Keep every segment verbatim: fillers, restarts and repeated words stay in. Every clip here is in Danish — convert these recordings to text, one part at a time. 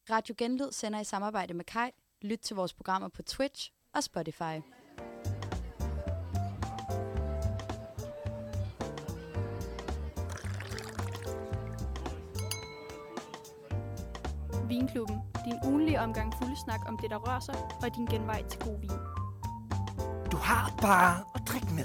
Radio Genlyd sender i samarbejde med Kai. Lyt til vores programmer på Twitch og Spotify. Vinklubben. Din ugenlige omgang fuldesnak om det, der rører sig, og din genvej til god vin. Du har bare at drikke med.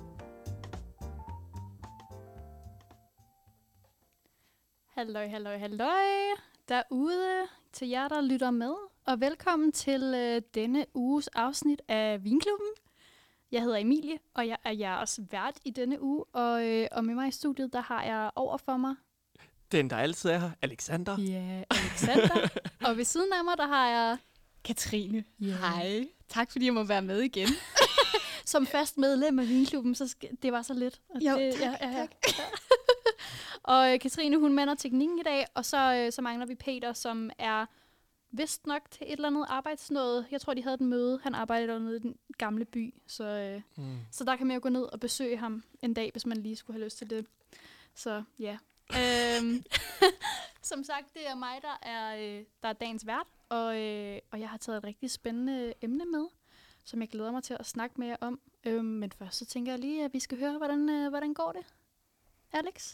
Halløj, halløj, halløj. Derude til jer, der lytter med. Og velkommen til øh, denne uges afsnit af Vinklubben. Jeg hedder Emilie, og jeg er jeres vært i denne uge. Og, øh, og med mig i studiet, der har jeg over for mig... Den, der altid er her, Alexander. Ja, yeah, Alexander. Og ved siden af mig, der har jeg... Katrine. Yeah. Hej. Tak fordi jeg må være med igen. Som fast medlem af Vinklubben, så skal, det var så lidt. Og Jo, det, tak, ja, ja, ja. tak. Og øh, Katrine, hun mander teknikken i dag, og så, øh, så mangler vi Peter, som er vist nok til et eller andet arbejdsnået. Jeg tror, de havde et møde. Han arbejder dernede i den gamle by, så, øh, mm. så der kan man jo gå ned og besøge ham en dag, hvis man lige skulle have lyst til det. Så ja. øhm, som sagt, det er mig, der er, øh, der er dagens vært, og, øh, og jeg har taget et rigtig spændende emne med, som jeg glæder mig til at snakke med jer om. Øhm, men først så tænker jeg lige, at vi skal høre, hvordan, øh, hvordan går det? Alex?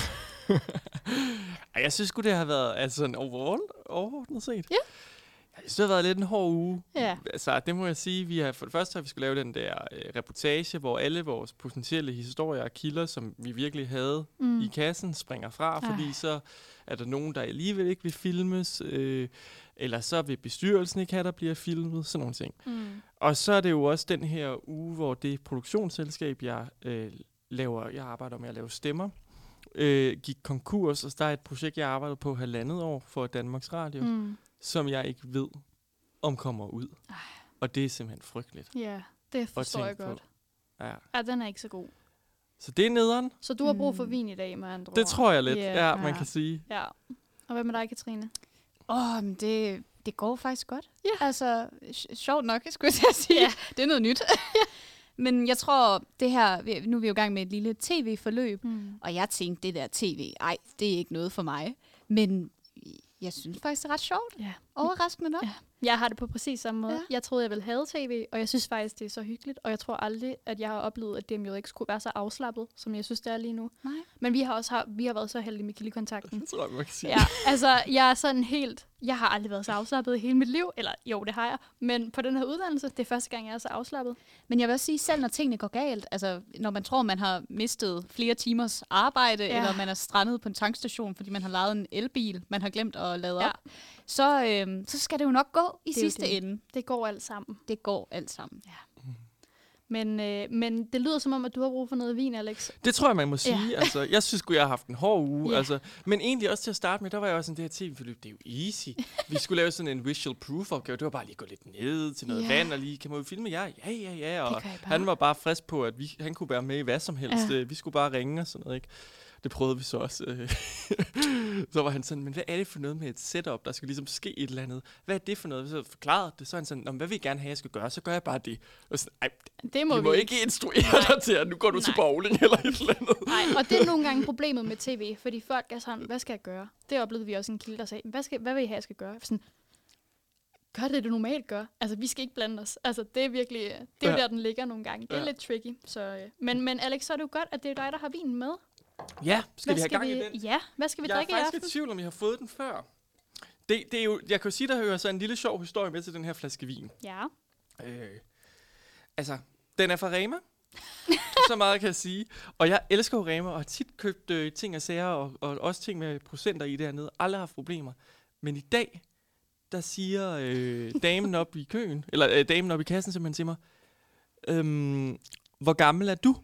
Jeg synes sgu, det har været altså, sådan overall, overordnet set. Ja. Jeg synes, det har været lidt en hård uge. Ja. Altså, det må jeg sige. Vi har, for det første har vi skulle lave den der øh, reportage, hvor alle vores potentielle historier og kilder, som vi virkelig havde mm. i kassen, springer fra, Ej. fordi så er der nogen, der alligevel ikke vil filmes, øh, eller så vil bestyrelsen ikke have, der bliver filmet, sådan nogle ting. Mm. Og så er det jo også den her uge, hvor det produktionsselskab, jeg øh, laver, jeg arbejder med at lave stemmer, øh, gik konkurs, og der er et projekt, jeg arbejdede på halvandet år for Danmarks Radio, mm. som jeg ikke ved, om kommer ud. Ej. Og det er simpelthen frygteligt. Ja, det forstår jeg godt. Ja. ja, den er ikke så god. Så det er nederen. Så du har brug for mm. vin i dag, med andre Det ord. tror jeg lidt, yeah. ja, man ja. kan sige. Ja. Og hvad med dig, Katrine? Åh, oh, men det, det går faktisk godt. Ja. Altså, sj- sjovt nok, skulle jeg til at sige. Ja. Det er noget nyt. Men jeg tror, det her, nu er vi jo i gang med et lille tv-forløb, mm. og jeg tænkte, det der tv, ej, det er ikke noget for mig. Men jeg synes faktisk, det er ret sjovt. Ja. Overraskende nok. Ja. Jeg har det på præcis samme måde. Ja. Jeg troede, jeg ville have tv, og jeg synes faktisk, det er så hyggeligt. Og jeg tror aldrig, at jeg har oplevet, at D M J X skulle være så afslappet, som jeg synes, det er lige nu. Nej. Men vi har også har, vi har været så heldige med kildekontakten. Det tror jeg, man kan sige. Ja, altså, jeg er sådan helt... Jeg har aldrig været så afslappet i hele mit liv. Eller jo, det har jeg. Men på den her uddannelse, det er første gang, jeg er så afslappet. Men jeg vil også sige, selv når tingene går galt, altså når man tror, man har mistet flere timers arbejde, ja. eller man er strandet på en tankstation, fordi man har lejet en elbil, man har glemt at lade ja. op, så, øhm, så skal det jo nok gå i det sidste det. ende. Det går alt sammen. Det går alt sammen. Ja. Men, øh, men det lyder som om, at du har brug for noget vin, Alex. Det tror jeg, man må sige. Ja. Altså, jeg synes jeg har haft en hård uge. Ja. Altså, men egentlig også til at starte med, der var jeg også sådan, det her tv-forløb, det er jo easy. Vi skulle lave sådan en visual proof-opgave. Det var bare lige at gå lidt ned til noget ja. vand, og lige, kan man jo filme? Ja, ja, ja, ja. Og han var bare frisk på, at vi, han kunne være med i hvad som helst. Ja. Vi skulle bare ringe og sådan noget, ikke? Det prøvede vi så også. Så var han sådan, men hvad er det for noget med et setup, der skal ligesom ske et eller andet? Hvad er det for noget? Så forklarede det, så er han sådan, hvad vil I gerne have, jeg skal gøre? Så gør jeg bare det. Og sådan, ej, det må vi må ikke instruere Nej. dig til, at nu går du Nej. til bowling eller et eller andet. Nej, og det er nogle gange problemet med tv, fordi folk er sådan, hvad skal jeg gøre? Det oplevede vi også en kilde, der sagde, hvad, skal, hvad vil I have, jeg skal gøre? Sådan, gør det, du normalt gør. Altså, vi skal ikke blande os. Altså, det er virkelig, det er ja. der, den ligger nogle gange. Det er ja. lidt tricky. Så, men, men Alex, så er det jo godt, at det er dig, der har vinen med. Ja, skal hvad vi have skal gang vi, i den? Ja, hvad skal vi jeg drikke i aften? Jeg er faktisk i tvivl, om jeg har fået den før. Det, det er jo, jeg kan jo sige, der hører så en lille sjov historie med til den her flaske vin. Ja. Øh, altså, den er fra Rema. Så meget kan jeg sige. Og jeg elsker jo Rema, og har tit købt øh, ting og sager, og, og også ting med procenter i dernede. Aldrig har haft problemer. Men i dag, der siger øh, damen op i køen, eller øh, damen op i kassen simpelthen til mig, øhm, hvor gammel er du?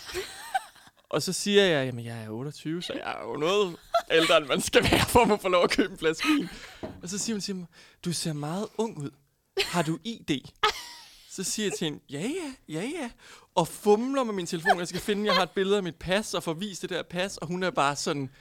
Og så siger jeg, jamen jeg er otteogtyve, så jeg er jo noget ældre, end man skal være, for at få lov at købe en flaske vin. Og så siger hun til mig, du ser meget ung ud. Har du I D? Så siger jeg til hende, ja ja, ja ja. Og fumler med min telefon, jeg skal finde, jeg har et billede af mit pas, og får vist det der pas, og hun er bare sådan,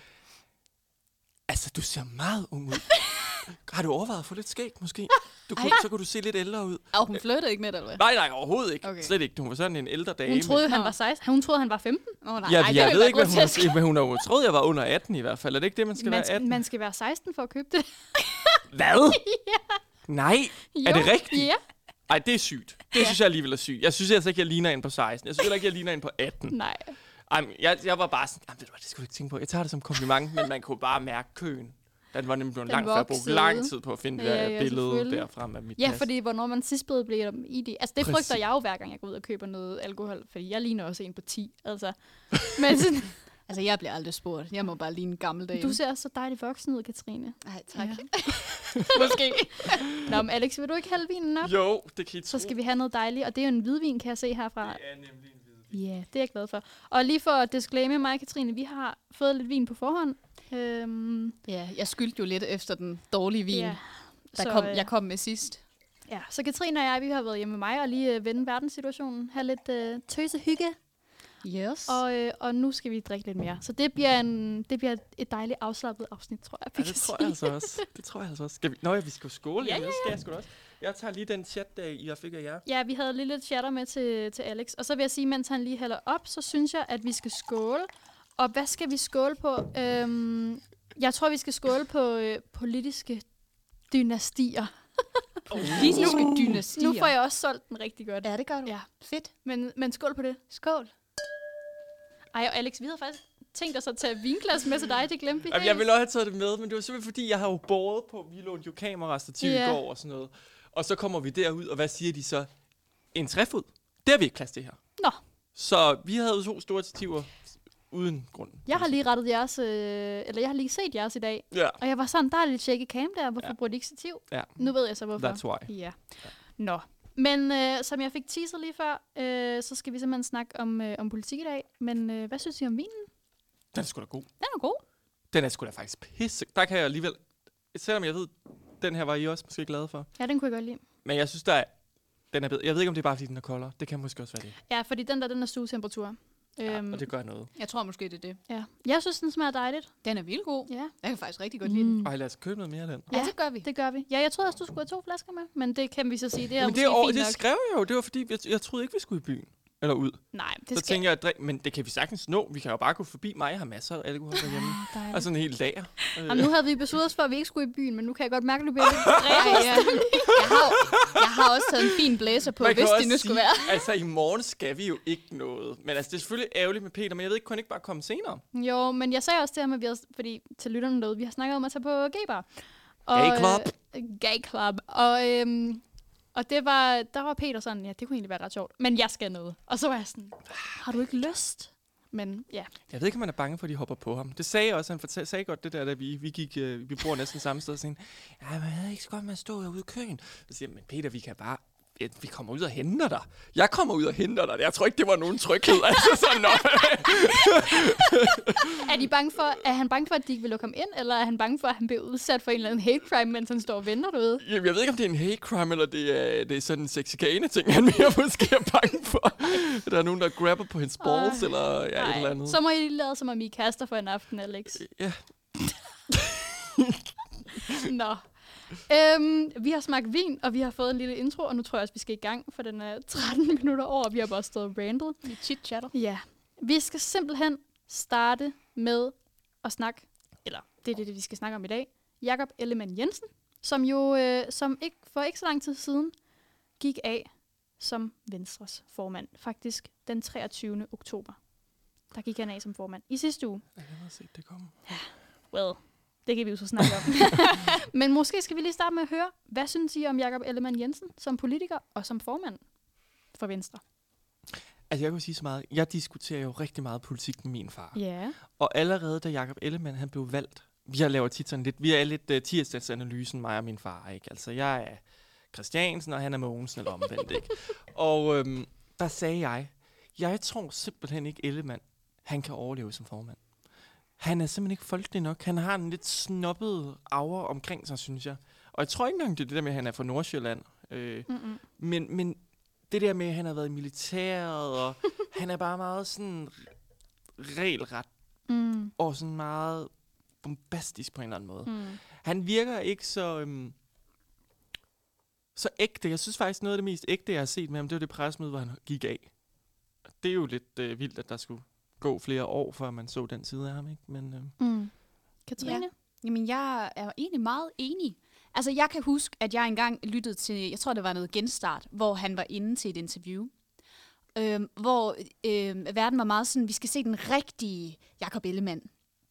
altså du ser meget ung ud. Har du overvejet at få lidt skæg, måske? Du kunne, så kunne du se lidt ældre ud. Og hun flyttede ikke med dig, eller hvad? Nej, nej, overhovedet ikke. Okay. Slet ikke. Hun var sådan en ældre dame. Hun troede, han var seksten. Hun troede, han var femten. Oh, nej. Ja, Ej, jeg ved ikke, hvad hun, men hun har jo troet, jeg var under atten i hvert fald. Er det ikke det, man skal man være skal, atten? Man skal være seksten for at købe det. Hvad? Ja. Nej, Jo. er det rigtigt? Ja. Ej, det er sygt. Det Ja. synes jeg alligevel er sygt. Jeg synes altså ikke, jeg ligner en på seksten. Jeg synes heller ikke, jeg ligner en på atten. Nej. Ej, men jeg, jeg var bare sådan, ved du hvad, det skulle du ikke tænke på. Jeg tager det som kompliment, men man kunne bare mærke køen. Den var nemlig blevet Den langt, for jeg brugte voksede. lang tid på at finde Ja, det der ja, billede selvfølgelig. derfra med mit Ja, pas. fordi hvornår man sidst blevet blevet om I D. Altså, det Præcis. frygter jeg jo, hver gang jeg går ud og køber noget alkohol. Fordi jeg ligner også en på ti. Altså. Men sådan, Altså, jeg bliver aldrig spurgt. Jeg må bare ligne en gammel dame. du ser også så dejligt voksen ud, Katrine. Nej, tak. Ja. Måske. Nå, men Alex, vil du ikke hælde vinen op? Jo, det kan I tro. Så skal vi have noget dejligt. Og det er jo en hvidvin, kan jeg se herfra. Det er nemlig en hvidvin. Ja, det er jeg glad for. Og lige for at disclaimer mig og Katrine, vi har fået lidt vin på forhånd. Øhm, Ja, jeg skyldte jo lidt efter den dårlige vin, ja. der Så, kom, øh, jeg kom med sidst. Ja, så Katrine og jeg, vi har været hjemme med mig og lige øh, vende verdenssituationen. Have lidt øh, tøsehygge. Yes. Og, øh, og nu skal vi drikke lidt mere. Så det bliver, en, det bliver et dejligt afslappet afsnit, tror jeg. vi Ja, kan det tror sige. jeg altså også. Det tror jeg altså også. Skal vi? Nå ja, vi skal jo skåle. Ja, Ja, ja, ja, skal jeg sgu da også. Jeg tager lige den chat, der jeg fik af jer. Ja, vi havde lige lidt chatter med til, til Alex. Og så vil jeg sige, mens han lige hælder op, så synes jeg, at vi skal skåle. Og hvad skal vi skåle på? Øhm, jeg tror, vi skal skåle på øh, politiske dynastier. Politiske dynastier. Nu får jeg også solgt den rigtig godt. Ja, det gør du. Ja. Fedt. Men, men skål på det. Skål. Ej, og Alex, vi havde faktisk tænkt os at tage vinglas med til dig. Det glemte vi Jamen, helt. jeg ville også have taget det med, men det var simpelthen fordi, jeg har jo båret på, vi lånte jo kamerastativ Ja. i går og sådan noget. Og så kommer vi derud, og hvad siger de så? En træfod. Det har vi ikke plads til her. Nå. Så vi havde jo to store stativer uden grund. Jeg har lige rettet jeres, øh, eller jeg har lige set jeres i dag. Ja, Og jeg var sådan, der er lidt shaky cam der. Hvorfor Ja. bruger de ikke stativ? ja. Nu ved jeg så, hvorfor. That's why. Ja. Nå. Men øh, som jeg fik teaser lige før, øh, så skal vi simpelthen snakke om, øh, om politik i dag. Men øh, hvad synes I om vinen? Den er sgu da god. Den er god. Den er sgu da faktisk pisse. Der kan jeg alligevel, selvom jeg ved, den her var I også måske glade for. Ja, den kunne jeg godt lide. Men jeg synes, der er, den er bedre. Jeg ved ikke, om det er bare, fordi den er koldere. Det kan måske også være det. Ja, fordi den der, den er stuetemperatur. Ja, Øhm, og det gør noget. Jeg tror måske, det er det. ja. Jeg synes, den smager dejligt. Den er vildt god. Ja. Jeg kan faktisk rigtig godt lide den. Ej, lad os købe noget mere af den. Ja, Ja, det gør vi. Det gør vi. Ja, jeg troede også, du skulle have to flasker med. Men det kan vi så sige. Det er Men måske det, år, fint det nok. skrev jeg jo. Det var fordi, jeg, jeg troede ikke, vi skulle i byen. Eller ud. Nej, det Så skal... tænker jeg, at drik, men det kan vi sagtens nå. Vi kan jo bare gå forbi mig. Jeg har masser af alkohol derhjemme. Dejligt. Og sådan en hel lager. Øh, Jamen, nu havde vi besluttet os for, at vi ikke skulle i byen, men nu kan jeg godt mærke, at du bliver lidt Ej, drevet. ja. jeg, har, jeg har også taget en fin blæser på, man kan hvis også det nu skulle sige, være. Altså, i morgen skal vi jo ikke noget. Men altså, det er selvfølgelig ærgerligt med Peter, men jeg ved ikke, kunne han ikke bare komme senere? Jo, men jeg sagde også til ham, at vi havde, fordi til lytterne derude, vi har snakket om at tage på gay-bar. Og, Gay club. Øh, gay club. Og, øhm, og det var, der var Peter sådan, ja, det kunne egentlig være ret sjovt, men jeg skal noget. Og så var jeg sådan, har du ikke lyst? Men ja. Jeg ved ikke, om man er bange for, at de hopper på ham. Det sagde jeg også. Han fortal, sagde godt det der, da vi, vi gik, øh, vi bor næsten samme sted. Og sagde, ja, men jeg ved ikke så godt, man står herude i køen. Så siger jeg, men Peter, vi kan bare... ja, vi kommer ud og henter dig. Jeg kommer ud og henter dig. Jeg tror ikke, det var nogen tryghed. Altså sådan noget. Er, de bange for, er han bange for, at de ikke vil lukke ham ind, eller er han bange for, at han bliver udsat for en eller anden hate crime, mens han står og venter derude? Jamen, jeg ved ikke, om det er en hate crime, eller det er, det er sådan en sexikane ting, han mere måske er bange for. Der er nogen, der grabber på hendes balls, Ej, eller ja, et eller andet. Så må I lade som om I er kærester for en aften, Alex. Ja. Nå. Øhm, vi har smagt vin, og vi har fået en lille intro, og nu tror jeg også, vi skal i gang, for den er tretten minutter over, og vi har bare stået og randet. Vi chit-chatter. Ja. Vi skal simpelthen starte med at snakke, eller det er det, vi skal snakke om i dag, Jakob Ellemann-Jensen, som jo øh, som ikke, for ikke så lang tid siden gik af som Venstres formand. Faktisk den treogtyvende oktober. Der gik han af som formand i sidste uge. Jeg har set det komme. Well, det kan vi jo så snakke om. Men måske skal vi lige starte med at høre, hvad synes I om Jakob Ellemann-Jensen som politiker og som formand for Venstre? Altså, jeg kan sige så meget. Jeg diskuterer jo rigtig meget politik med min far. Ja. Og allerede da Jakob Ellemann han blev valgt, vi har lavet tit sådan lidt, vi er lidt uh, tirsdagsanalysen, mig og min far, ikke? Altså, jeg er Christiansen, og han er Mogensen, eller omvendt, ikke? Og øhm, der sagde jeg, jeg tror simpelthen ikke Ellemann, han kan overleve som formand. Han er simpelthen ikke folkelig nok. Han har en lidt snobbet aura omkring sig, synes jeg. Og jeg tror ikke engang, det er det der med, at han er fra Nordsjælland. Øh, Mm-mm. men, men det der med, at han har været i militæret, og han er bare meget sådan regelret, Mm. og sådan meget bombastisk på en eller anden måde. Mm. Han virker ikke så, øhm, så ægte. Jeg synes faktisk, noget af det mest ægte, jeg har set med ham, det var det pressemøde, hvor han gik af. Det er jo lidt øh, vildt, at der skulle gå flere år, før man så den side af ham, ikke? Men, øhm, Mm. Katrine? Ja. Jamen, jeg er egentlig meget enig. Altså, jeg kan huske, at jeg engang lyttede til, jeg tror, det var noget Genstart, hvor han var inde til et interview, øh, hvor øh, verden var meget sådan, vi skal se den rigtige Jakob Ellemann.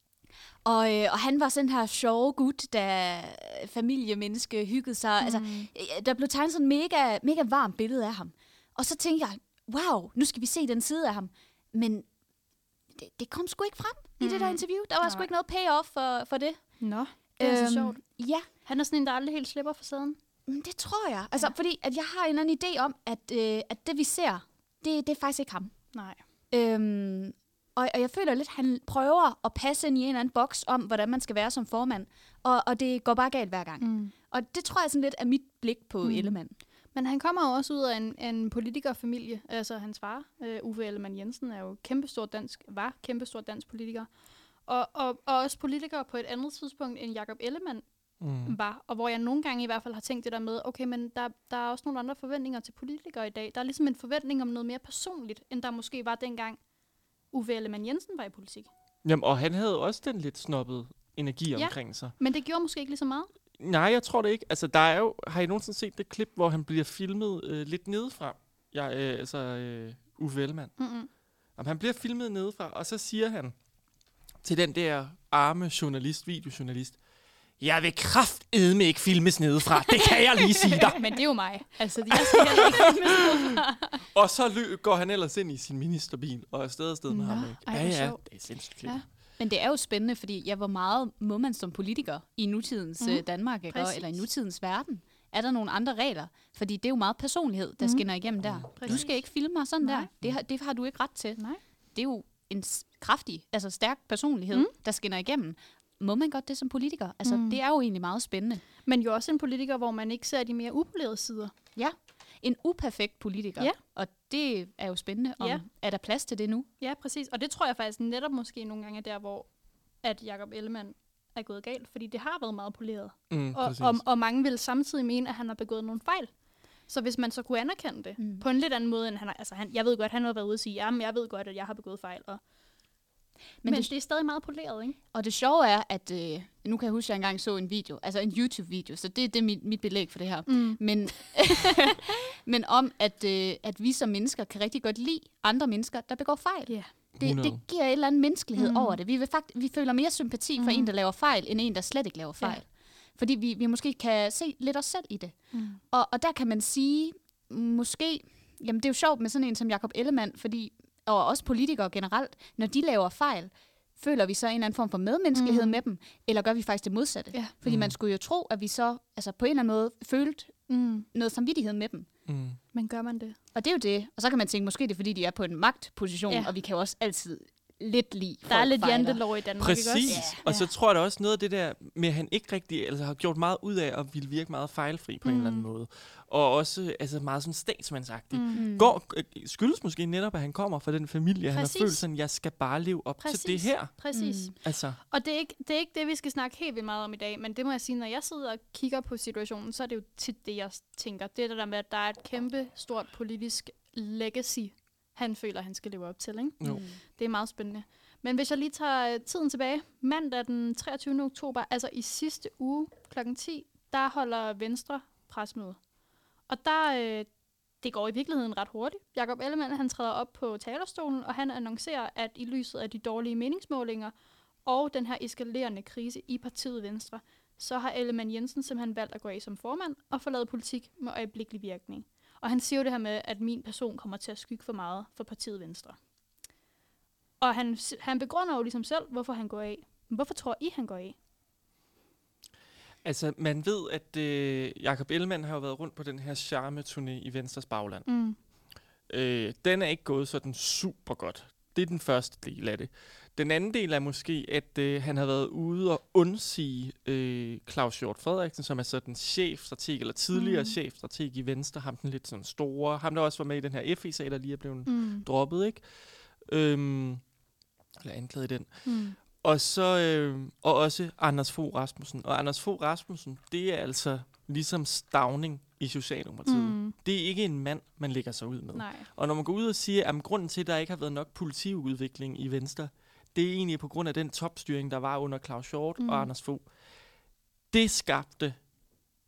Og, øh, og han var sådan her sjove gut, der familiemenneske hyggede sig. Mm. Altså, der blev tegnet sådan en mega, mega varmt billede af ham. Og så tænkte jeg, wow, nu skal vi se den side af ham. Men det, det kom sgu ikke frem mm. i det der interview. Der var Nej. sgu ikke noget payoff for, for det. Nå, det er øhm, så sjovt. Ja. Han er sådan en, der aldrig helt slipper facaden. Det tror jeg. Altså, ja. Fordi at jeg har en eller anden idé om, at, øh, at det vi ser, det, det er faktisk ikke ham. Nej. Øhm, og, og jeg føler lidt, at han prøver at passe ind i en eller anden boks om, hvordan man skal være som formand. Og, og det går bare galt hver gang. Mm. Og det tror jeg sådan lidt er mit blik på mm. Ellemann. Men han kommer jo også ud af en, en politikerfamilie. Altså hans far, uh, Uffe Ellemann-Jensen, er jo kæmpestor dansk, var kæmpestor dansk politiker. Og, og, og også politiker på et andet tidspunkt end Jakob Ellemann mm. var. Og hvor jeg nogle gange i hvert fald har tænkt det der med, okay, men der, der er også nogle andre forventninger til politikere i dag. Der er ligesom en forventning om noget mere personligt, end der måske var dengang Uffe Ellemann-Jensen var i politik. Jamen, og han havde også den lidt snobbet energi ja, omkring sig. Men det gjorde måske ikke lige så meget. Nej, jeg tror det ikke. Altså, der er jo, har I nogensinde set det klip, hvor han bliver filmet øh, lidt nedefra? Ja, øh, altså, øh, Uffe Ellemann. Mm-hmm. Jamen, han bliver filmet nedefra, og så siger han til den der arme journalist, videojournalist, jeg vil kraftedme ikke filmes nedefra. Det kan jeg lige sige dig. Men det er jo mig. Altså, jeg skal heller ikke filmes nedefra. Og så lø- går han ellers ind i sin ministerbil, og er stadig afsted med Nå, ham. Ikke? Ej, ja, ja, sjov. det er sindssygt klip. Ja. Men det er jo spændende, fordi ja, hvor meget må man som politiker i nutidens mm. Danmark, ikke? Eller i nutidens verden? Er der nogle andre regler? Fordi det er jo meget personlighed, der mm. skinner igennem der. Mm. Du skal ikke filme mig sådan Nej. der. Det har, det har du ikke ret til. Nej. Det er jo en kraftig, altså stærk personlighed, mm. der skinner igennem. Må man godt det som politiker? Altså, mm. det er jo egentlig meget spændende. Men jo også en politiker, hvor man ikke ser de mere upolerede sider. Ja, en uperfekt politiker. Ja. Og det er jo spændende. Om, ja. Er der plads til det nu? Ja, præcis. Og det tror jeg faktisk netop måske nogle gange er der, hvor at Jakob Ellemann er gået galt. Fordi det har været meget poleret. Mm, og, og, og mange vil samtidig mene, at han har begået nogle fejl. Så hvis man så kunne anerkende det mm. på en lidt anden måde, end han har, altså han, jeg ved godt, at han har været ude og sige, jamen jeg ved godt, at jeg har begået fejl. Og Men, Men det, det er stadig meget poleret, ikke? Og det sjove er, at øh, nu kan jeg huske, at jeg engang så en video, altså en YouTube-video, så det, det er mit, mit belæg for det her. Mm. Men, men om, at, øh, at vi som mennesker kan rigtig godt lide andre mennesker, der begår fejl. Yeah. Det, det giver et eller andet menneskelighed mm. over det. Vi, vil fakt- vi føler mere sympati for mm. en, der laver fejl, end en, der slet ikke laver fejl. Yeah. Fordi vi, vi måske kan se lidt os selv i det. Mm. Og, og der kan man sige, måske, jamen det er jo sjovt med sådan en som Jakob Ellemann, fordi og også politikere generelt, når de laver fejl, føler vi så en eller anden form for medmenneskelighed mm. med dem, eller gør vi faktisk det modsatte? Ja. Fordi mm. man skulle jo tro, at vi så altså på en eller anden måde følte mm. noget samvittighed med dem. Mm. Men gør man det? Og det er jo det. Og så kan man tænke, måske det er, fordi de er på en magtposition, ja. Og vi kan jo også altid lidt lide der er lidt jantelov i Danmark, præcis. Ikke også? Ja. Og så tror jeg da også noget af det der, med at han ikke rigtig altså, har gjort meget ud af at ville virke meget fejlfri på mm. en eller anden måde. Og også altså, meget sådan statsmandsagtig. Mm. Går, skyldes måske netop, at han kommer fra den familie, præcis. Han har følt sådan, jeg skal bare leve op præcis. Til det her. Præcis. Mm. Altså. Og det er, ikke, det er ikke det, vi skal snakke helt vildt meget om i dag, men det må jeg sige, når jeg sidder og kigger på situationen, så er det jo tit det, jeg tænker. Det er det der med, at der er et kæmpe stort politisk legacy, han føler, han skal leve op til. Ikke? Jo. Det er meget spændende. Men hvis jeg lige tager tiden tilbage, mandag den treogtyvende oktober, altså i sidste uge klokken ti, der holder Venstre presmøde. Og der, øh, det går i virkeligheden ret hurtigt. Jakob Ellemann, han træder op på talerstolen, og han annoncerer, at i lyset af de dårlige meningsmålinger og den her eskalerende krise i partiet Venstre, så har Ellemann-Jensen simpelthen valgt at gå af som formand og forlade politik med øjeblikkelig virkning. Og han siger jo det her med, at min person kommer til at skygge for meget for partiet Venstre. Og han, han begrunder jo ligesom selv, hvorfor han går af. Men hvorfor tror I, han går af? Altså, man ved, at øh, Jakob Ellemann har jo været rundt på den her charme-turné i Venstres bagland. Mm. Øh, den er ikke gået sådan super godt. Det er den første del af det. Den anden del er måske, at øh, han har været ude og undsige øh, Claus Hjort Frederiksen, som er sådan chefstrateg, eller tidligere mm. chefstrateg i Venstre. Ham den lidt sådan store. Ham der også var med i den her F I-sag, der lige er blevet mm. droppet, ikke? Øhm, eller anklaget i den. Mm. Og så øh, og også Anders Fogh Rasmussen. Og Anders Fogh Rasmussen, det er altså ligesom Stauning i Socialdemokratiet. Mm. Det er ikke en mand, man lægger sig ud med. Nej. Og når man går ud og siger, at grunden til, at der ikke har været nok politiudvikling i Venstre, det er egentlig på grund af den topstyring, der var under Claus Hjort mm. og Anders Fogh. Det skabte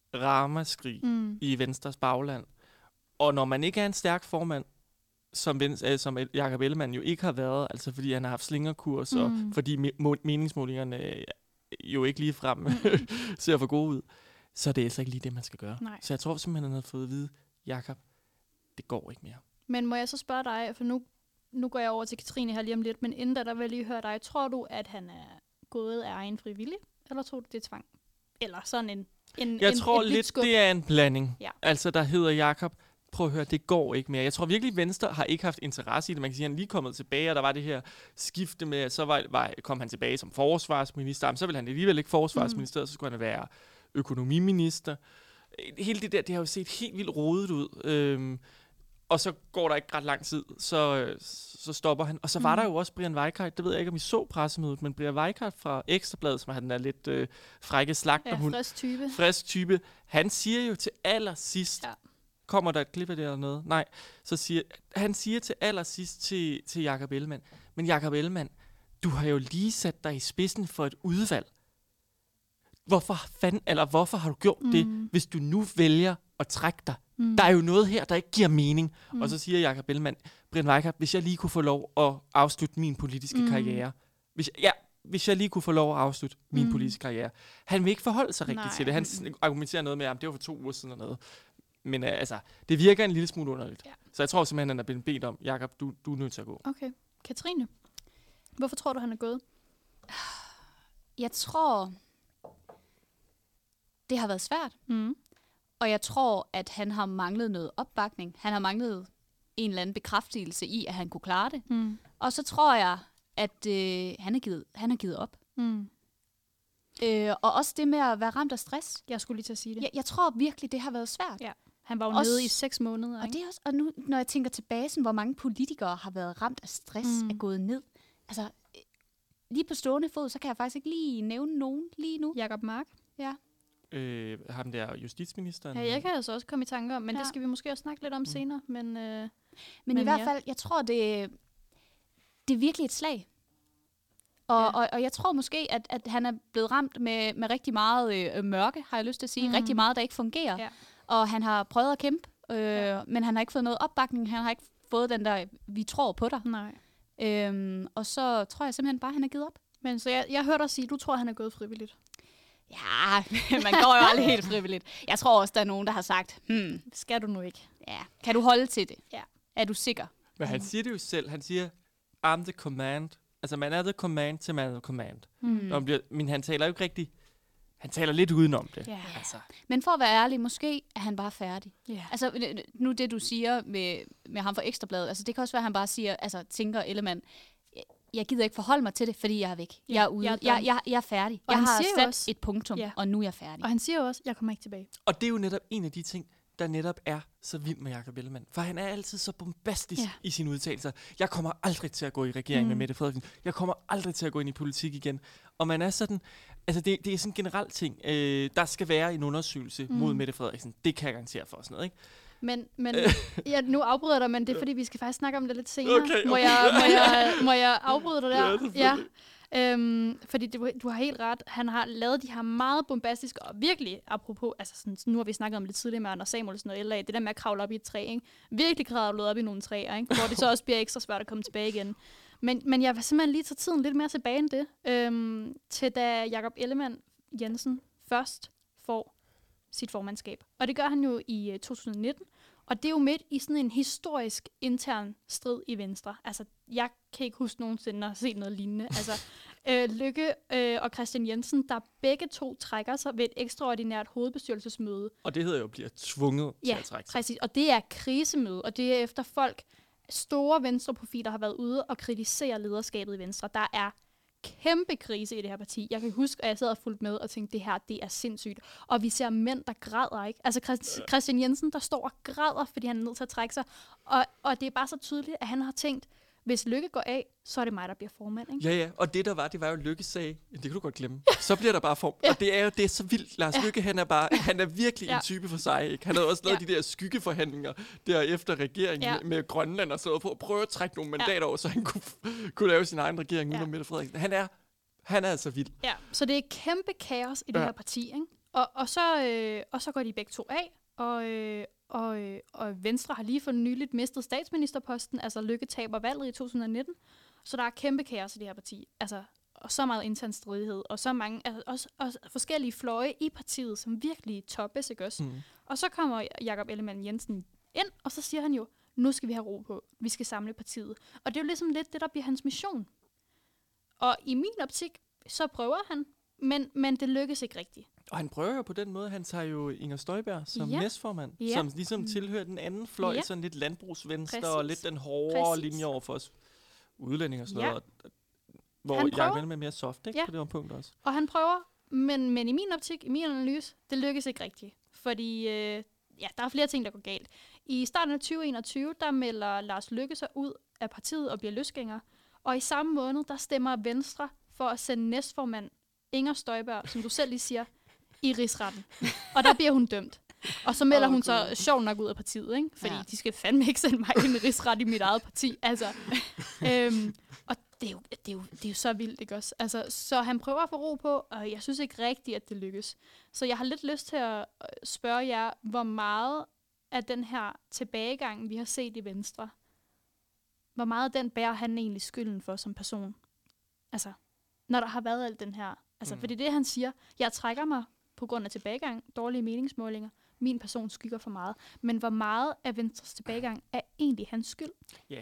ramaskrig mm. i Venstres bagland. Og når man ikke er en stærk formand, som, Venstre, som Jakob Ellemann jo ikke har været, altså fordi han har haft slingerkurs, mm. og fordi me- meningsmålingerne jo ikke lige frem ser for gode ud, så er det altså ikke lige det, man skal gøre. Nej. Så jeg tror simpelthen, han har fået at vide, Jakob, det går ikke mere. Men må jeg så spørge dig, for nu, nu går jeg over til Katrine her lige om lidt, men inden da, der vil jeg lige høre dig. Tror du, at han er gået af egen frivillig, eller tror du, det er tvang? Eller sådan en en Jeg en, tror et lidt, skub? det er en blanding. Ja. Altså, der hedder Jakob, prøv at høre, det går ikke mere. Jeg tror virkelig, Venstre har ikke haft interesse i det. Man kan sige, at han lige kommet tilbage, og der var det her skifte med, at så var, var, kom han tilbage som forsvarsminister, men så ville han alligevel ikke forsvarsminister, mm. så skulle han være økonomiminister. Hele det der, det har jo set helt vildt rodet ud. Øhm, og så går der ikke ret lang tid, så, så stopper han. Og så var mm. der jo også Brian Weikart, det ved jeg ikke, om I så pressemødet, men Brian Weikart fra Ekstrabladet, som har den der lidt øh, frække slagterhund. Ja, frisk type. Frisk type. Han siger jo til allersidst, ja. Kommer der et klip af det eller noget? Nej. Så siger, han siger til allersidst til, til Jakob Ellemann, men Jakob Ellemann, du har jo lige sat dig i spidsen for et udvalg. Hvorfor, fanden, eller hvorfor har du gjort mm. det, hvis du nu vælger at trække dig? Mm. Der er jo noget her, der ikke giver mening. Mm. Og så siger Jakob Ellemann, Brian Weikart, hvis jeg lige kunne få lov at afslutte min politiske mm. karriere. Hvis, ja, hvis jeg lige kunne få lov at afslutte min mm. politiske karriere. Han vil ikke forholde sig rigtigt Nej. til det. Han argumenterer noget med, at det var for to uger siden eller noget. Men uh, altså, det virker en lille smule underligt. Ja. Så jeg tror simpelthen, han er blevet bedt om, Jakob, du, du er nødt til at gå. Okay. Katrine, hvorfor tror du, han er gået? Jeg tror, det har været svært. Mm. Og jeg tror, at han har manglet noget opbakning. Han har manglet en eller anden bekræftelse i, at han kunne klare det. Mm. Og så tror jeg, at øh, han, er givet, han er givet op. Mm. Øh, og også det med at være ramt af stress. Jeg skulle lige til at sige det. Jeg, jeg tror virkelig, det har været svært. Ja. Han var jo også, nede i seks måneder. Og, det er også, og nu, når jeg tænker tilbage, sådan, hvor mange politikere har været ramt af stress, mm. er gået ned. Altså, lige på stående fod, så kan jeg faktisk ikke lige nævne nogen lige nu. Jakob Mark. Ja. Øh, ham der justitsministeren. Ja, jeg kan altså også komme i tanke om, men ja. det skal vi måske også snakke lidt om mm. senere. Men, øh, men, men i hvert ja. fald, jeg tror, det, det er virkelig et slag. Og, ja. og, og jeg tror måske, at, at han er blevet ramt med, med rigtig meget øh, mørke, har jeg lyst til at sige. Mm. Rigtig meget, der ikke fungerer. Ja. Og han har prøvet at kæmpe, øh, ja. men han har ikke fået noget opbakning. Han har ikke fået den der, vi tror på dig. Nej. Øhm, og så tror jeg simpelthen bare, at han er givet op. Men så jeg, jeg hørte dig sige, du tror, han er gået frivilligt. Ja, man går jo aldrig helt frivilligt. Jeg tror også, der er nogen, der har sagt, hmm, skal du nu ikke? Ja, kan du holde til det? Ja. Er du sikker? Men han siger det jo selv. Han siger, I'm the command. Altså, man er the command til man er the command. Mm. Bliver, men han taler jo ikke rigtig... Han taler lidt udenom det. Yeah. Altså. Men for at være ærlig, måske er han bare færdig. Yeah. Altså, nu det, du siger med, med ham fra Ekstrabladet, altså, det kan også være, at han bare siger, altså, tænker Ellemann, jeg gider ikke forholde mig til det, fordi jeg er væk. Yeah. Jeg er ude. Jeg, jeg, jeg, jeg er færdig. Og jeg har sat også, et punktum, yeah. og nu er jeg færdig. Og han siger også, jeg kommer ikke tilbage. Og det er jo netop en af de ting, der netop er så vild med Jakob Ellemann. For han er altid så bombastisk yeah. i sine udtalelser. Jeg kommer aldrig til at gå i regering mm. med Mette Frederiksen. Jeg kommer aldrig til at gå ind i politik igen. Og man er sådan... Altså, det, det er sådan en generel ting. Øh, der skal være en undersøgelse mm. mod Mette Frederiksen. Det kan jeg garantere for sådan noget, ikke? Men, men ja, nu afbryder jeg dig, men det er fordi, vi skal faktisk snakke om det lidt senere. Okay, okay. Må, jeg, må, jeg, må jeg afbryde dig der? Ja, ja. Øhm, fordi du, du har helt ret. Han har lavet de her meget bombastiske, og virkelig, apropos, altså sådan, nu har vi snakket om lidt tidligere med Anders Samuelsen og L A, det der med at kravle op i et træ, ikke? Virkelig kravlet op i nogle træer, ikke? Hvor det så også bliver ekstra svært at komme tilbage igen. Men, men jeg vil simpelthen lige tage tiden lidt mere tilbage end det, øhm, til da Jakob Ellemann Jensen først får sit formandskab. Og det gør han jo i uh, to tusind nitten, og det er jo midt i sådan en historisk intern strid i Venstre. Altså, jeg kan ikke huske nogensinde at se noget lignende. Altså, øh, Løkke øh, og Kristian Jensen, der begge to trækker sig ved et ekstraordinært hovedbestyrelsesmøde. Og det hedder jo bliver tvunget ja, til at trække sig. Præcis. Og det er krisemøde, og det er efter folk, store venstreprofiler har været ude og kritisere lederskabet i Venstre. Der er kæmpe krise i det her parti. Jeg kan huske, at jeg sad og fulgte med og tænkte, det her, det er sindssygt. Og vi ser mænd, der græder, ikke? Altså Christ- Kristian Jensen, der står og græder, fordi han er nødt til at trække sig. Og, og det er bare så tydeligt, at han har tænkt, hvis Løkke går af, så er det mig, der bliver formand, ikke? Ja, ja. Og det, der var, det var jo, Løkke sagde, det kan du godt glemme. Så bliver der bare form. Ja. Og det er jo det er så vildt. Lars ja. Løkke, han er bare, han er virkelig ja. en type for sig, ikke? Han havde også lavet ja. de der skyggeforhandlinger der efter regeringen ja. med, med Grønland og så på at prøve at trække nogle mandater ja. over, så han kunne, kunne lave sin egen regering uden ja. om Mette Frederiksen. Han er, han er altså vild. Ja, så det er kæmpe kaos i det ja. her parti, ikke? Og, og, så, øh, og så går de begge to af, og, øh, og, øh, og Venstre har lige for nyligt mistet statsministerposten, altså Løkke taber valget i to tusind nitten, så der er kæmpe kaos i det her parti. Altså, og så meget intern stridighed, og så mange altså, også, også forskellige fløje i partiet, som virkelig toppes, ikke også? Mm. Og så kommer Jakob Ellemann-Jensen ind, og så siger han jo, nu skal vi have ro på, vi skal samle partiet. Og det er jo ligesom lidt det, der bliver hans mission. Og i min optik, så prøver han, men, men det lykkes ikke rigtigt. Og han prøver jo på den måde, han tager jo Inger Støjberg som ja. næstformand, ja. som ligesom tilhører den anden fløj, ja. sådan lidt landbrugsvenstre Præcis. og lidt den hårdere Præcis. linje over for os udlændinge og sådan ja. noget. Hvor Jakob Ellemann er mere soft, ikke? Ja. På det her punkt også. Og han prøver, men, men i min optik, i min analyse, det lykkes ikke rigtigt. Fordi øh, ja, der er flere ting, der går galt. I starten af tyve enogtyve, der melder Lars Løkke sig ud af partiet og bliver løsgænger. Og i samme måned, der stemmer Venstre for at sende næstformand Inger Støjberg, som du selv lige siger, i rigsretten. Og der bliver hun dømt. Og så melder oh, hun så sjovt nok ud af partiet, ikke? Fordi ja. de skal fandme ikke sende mig i en rigsret i mit eget parti. Altså, øhm, og det er, jo, det, er jo, det er jo så vildt, ikke også? Altså, så han prøver at få ro på, og jeg synes ikke rigtigt, at det lykkes. Så jeg har lidt lyst til at spørge jer, hvor meget af den her tilbagegang, vi har set i Venstre, hvor meget af den bærer han egentlig skylden for som person? Altså, når der har været alt den her... Altså, mm. fordi det, han siger, jeg trækker mig på grund af tilbagegang, dårlige meningsmålinger, min person skygger for meget. Men hvor meget af Venstres tilbagegang er egentlig hans skyld? Ja.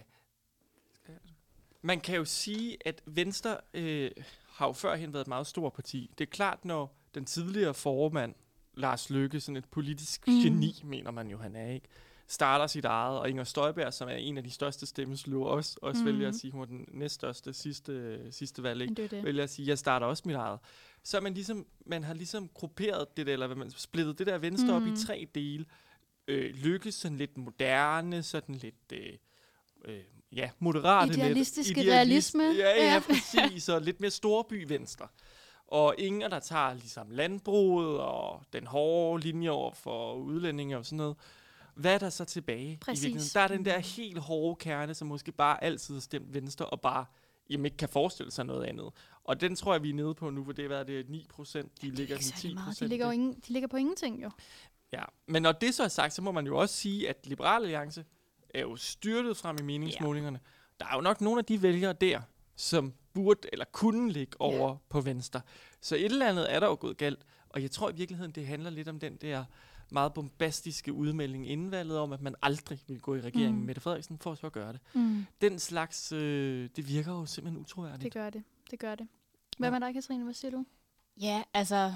Man kan jo sige, at Venstre øh, har jo førhen været et meget stort parti. Det er klart, når den tidligere formand, Lars Løkke, sådan et politisk mm. geni, mener man jo, han er, ikke? Starter sit eget, og Inger Støjberg, som er en af de største stemmesløver, også, også mm. vælger at sige, hun var den næststørste sidste, sidste valg, ikke? Det det. Vælger at sige, jeg starter også mit eget. Så er man ligesom, man har ligesom grupperet det der, eller man splittet det der Venstre mm. op i tre dele. Øh, Løkke sådan lidt moderne, sådan lidt, øh, øh, ja, moderate. Idealistiske lidt, realisme. Ja, ja, præcis, og lidt mere storby Venstre. Og Inger, der tager ligesom landbruget og den hårde linje over for udlændinge og sådan noget. Hvad er der så tilbage? Præcis. I virkeligheden? Der er den der helt hårde kerne, som måske bare altid har stemt Venstre, og bare jamen, ikke kan forestille sig noget andet. Og den tror jeg, vi er nede på nu, for det er, hvad det er ni procent, de ligger til ti procent. De ligger, jo ingen, de ligger på ingenting, jo. Ja, men når det så er sagt, så må man jo også sige, at Liberal Alliance er jo styrtet frem i meningsmålingerne. Ja. Der er jo nok nogle af de vælgere der, som burde eller kunne ligge over ja. på Venstre. Så et eller andet er der jo gået galt, og jeg tror i virkeligheden, det handler lidt om den der meget bombastiske udmelding inden valget om, at man aldrig vil gå i regeringen med mm. Mette Frederiksen for så at gøre det. Mm. Den slags, øh, det virker jo simpelthen utroværdigt. Det gør det, det gør det. Hvad med dig, Katrine? Hvad siger du? Ja, altså,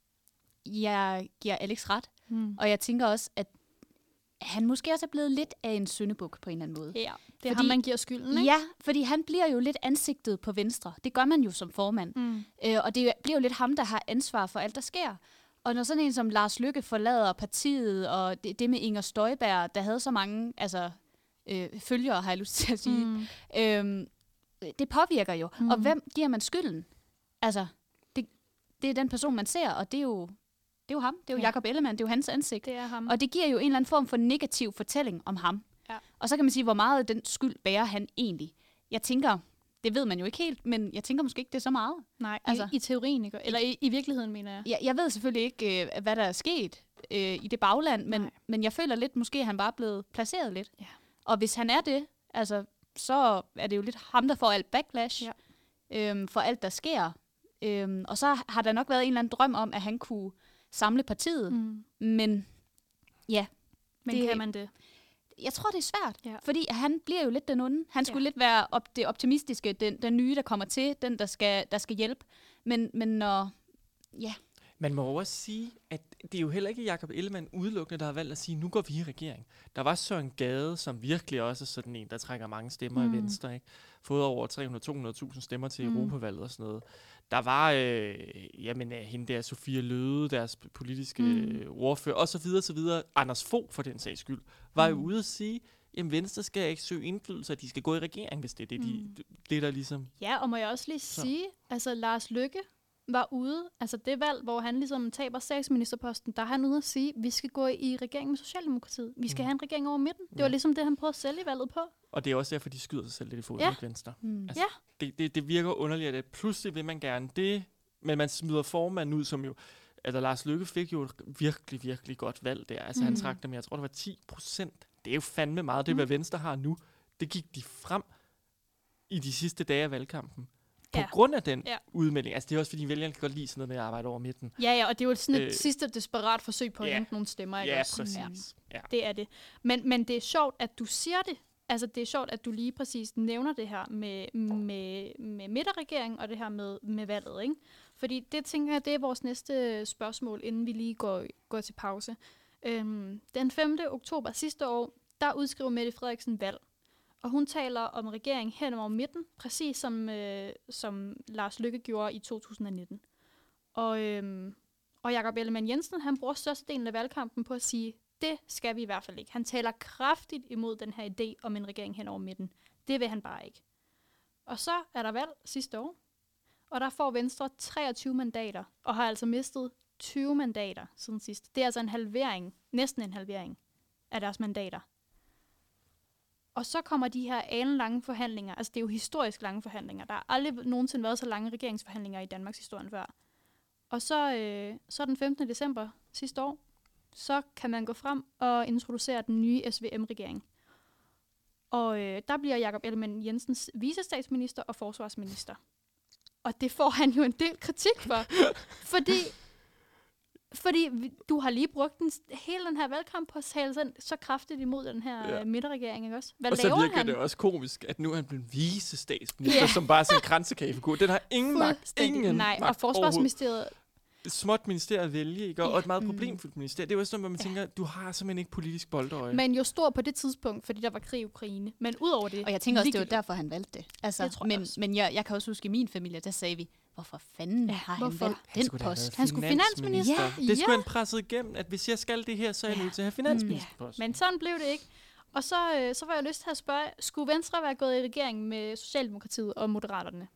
jeg giver Alex ret, mm. og jeg tænker også, at han måske også er blevet lidt af en syndebuk på en eller anden måde. Ja, det er fordi, ham, man giver skylden, ikke? Ja, fordi han bliver jo lidt ansigtet på Venstre. Det gør man jo som formand. Mm. Øh, og det bliver jo lidt ham, der har ansvar for alt, der sker. Og når sådan en som Lars Løkke forlader partiet, og det, det med Inger Støjberg, der havde så mange altså, øh, følgere, har jeg lyst til at sige, mm. øh, det påvirker jo. Mm. Og hvem giver man skylden? Altså, det, det er den person, man ser, og det er jo, det er jo ham. Det er jo ja. Jakob Ellemann, det er jo hans ansigt. Det er ham. Og det giver jo en eller anden form for negativ fortælling om ham. Ja. Og så kan man sige, hvor meget af den skyld bærer han egentlig. Jeg tænker... Det ved man jo ikke helt, men jeg tænker måske ikke, det er så meget. Nej, altså, i, i teorien, ikke? Eller i, i virkeligheden, mener jeg. Jeg, jeg ved selvfølgelig ikke, øh, hvad der er sket øh, i det bagland, men, men jeg føler lidt, måske han bare er blevet placeret lidt. Ja. Og hvis han er det, altså, så er det jo lidt ham, der får alt backlash ja. øhm, for alt, der sker. Øhm, og så har der nok været en eller anden drøm om, at han kunne samle partiet. Mm. Men ja. Men det, kan man det? Jeg tror, det er svært, ja. fordi han bliver jo lidt den onde. Han skulle ja. lidt være op, det optimistiske, den, den nye, der kommer til, den, der skal, der skal hjælpe. Men, men når... Ja. Man må også sige, at det er jo heller ikke Jakob Ellemann udelukkende, der har valgt at sige, nu går vi i regering. Der var Søren Gade, som virkelig også er sådan en, der trækker mange stemmer mm. i Venstre. Ikke? Fået over tre hundrede til to hundrede tusind stemmer til mm. Europavalget og sådan noget. Der var, øh, jamen, hende der, Sofia Løde, deres politiske mm. ordfører, og så videre, så videre. Anders Fogh, for den sags skyld, var mm. jo ude at sige, jamen Venstre skal ikke søge indflydelse, at de skal gå i regering, hvis det er det, de, mm. det der ligesom... Ja, og må jeg også lige så. sige, altså Lars Løkke var ude, altså det valg, hvor han ligesom taber statsministerposten, der er han ude at sige, vi skal gå i regering med Socialdemokratiet. Vi skal mm. have en regering over midten. Det ja. var ligesom det, han prøvede at sælge valget på. Og det er også derfor, de skyder sig selv lidt i foden ja. med Venstre. Mm. Altså, ja. det, det, det virker underligt, at pludselig vil man gerne det, men man smider formanden ud, som jo altså Lars Løkke fik jo et virkelig, virkelig godt valg der. Altså mm. han trak dem, jeg tror det var ti procent. Det er jo fandme meget, det mm. hvad Venstre har nu. Det gik de frem i de sidste dage af valgkampen. På ja. grund af den ja. udmelding. Altså det er også fordi, vælgerne kan godt lide sådan noget med at arbejde over midten. Ja, ja, og det er jo sådan et øh, sidste desperat forsøg på at hente nogle stemmer. Ikke ja, også? præcis. Ja, ja. det er det. Men, men det er sjovt, at du siger det. Altså det er sjovt, at du lige præcis nævner det her med, med, med midterregering og det her med, med valget. Ikke? Fordi det tænker jeg, det er vores næste spørgsmål, inden vi lige går, går til pause. Øhm, den femte oktober sidste år, der udskriver Mette Frederiksen valg. Og hun taler om regeringen hen over midten, præcis som, øh, som Lars Løkke gjorde i to tusind nitten. Og, øhm, og Jakob Ellemann-Jensen, han bruger størstedelen af valgkampen på at sige, det skal vi i hvert fald ikke. Han taler kraftigt imod den her idé om en regering hen over midten. Det vil han bare ikke. Og så er der valg sidste år, og der får Venstre treogtyve mandater, og har altså mistet tyve mandater siden sidst. Det er altså en halvering, næsten en halvering af deres mandater. Og så kommer de her alenlange forhandlinger, altså det er jo historisk lange forhandlinger. Der har aldrig nogensinde været så lange regeringsforhandlinger i Danmarks historie før. Og så, øh, så den femtende december sidste år, så kan man gå frem og introducere den nye S V M-regering. Og øh, der bliver Jakob Ellemann-Jensens vicestatsminister og forsvarsminister. Og det får han jo en del kritik for, fordi... Fordi du har lige brugt den, hele den her valgkamp på at tale så kraftigt imod den her ja. midterregering, ikke også? Hvad og laver så virker han? det også komisk, at nu er han blevet vicestatsminister, yeah. som bare er sådan en kransekagefigur. Den har ingen magt, ingen Nej, magt og forsvarsministeriet... Et småt ministeriet at vælge, ikke? Og ja. et meget problemfuldt ministeriet. Det er jo sådan, hvor man ja. tænker, du har simpelthen ikke politisk boldøje. Men jo stor på det tidspunkt, fordi der var krig i Ukraine. Men udover det... Og jeg tænker også, det var derfor, han valgte det. Altså, det tror men jeg men jeg, jeg kan også huske, i min familie, der sagde vi, hvorfor fanden ja, har hvorfor? han valgt den post? Han skulle finansminister. Ja, det skulle ja. han presse igennem, at hvis jeg skal det her, så er jeg ja. nødt til at have finansministerpost. Ja. Men sådan blev det ikke. Og så, øh, så var jeg lyst til at spørge, skulle Venstre være gået i regering med Socialdemokratiet og Moderaterne?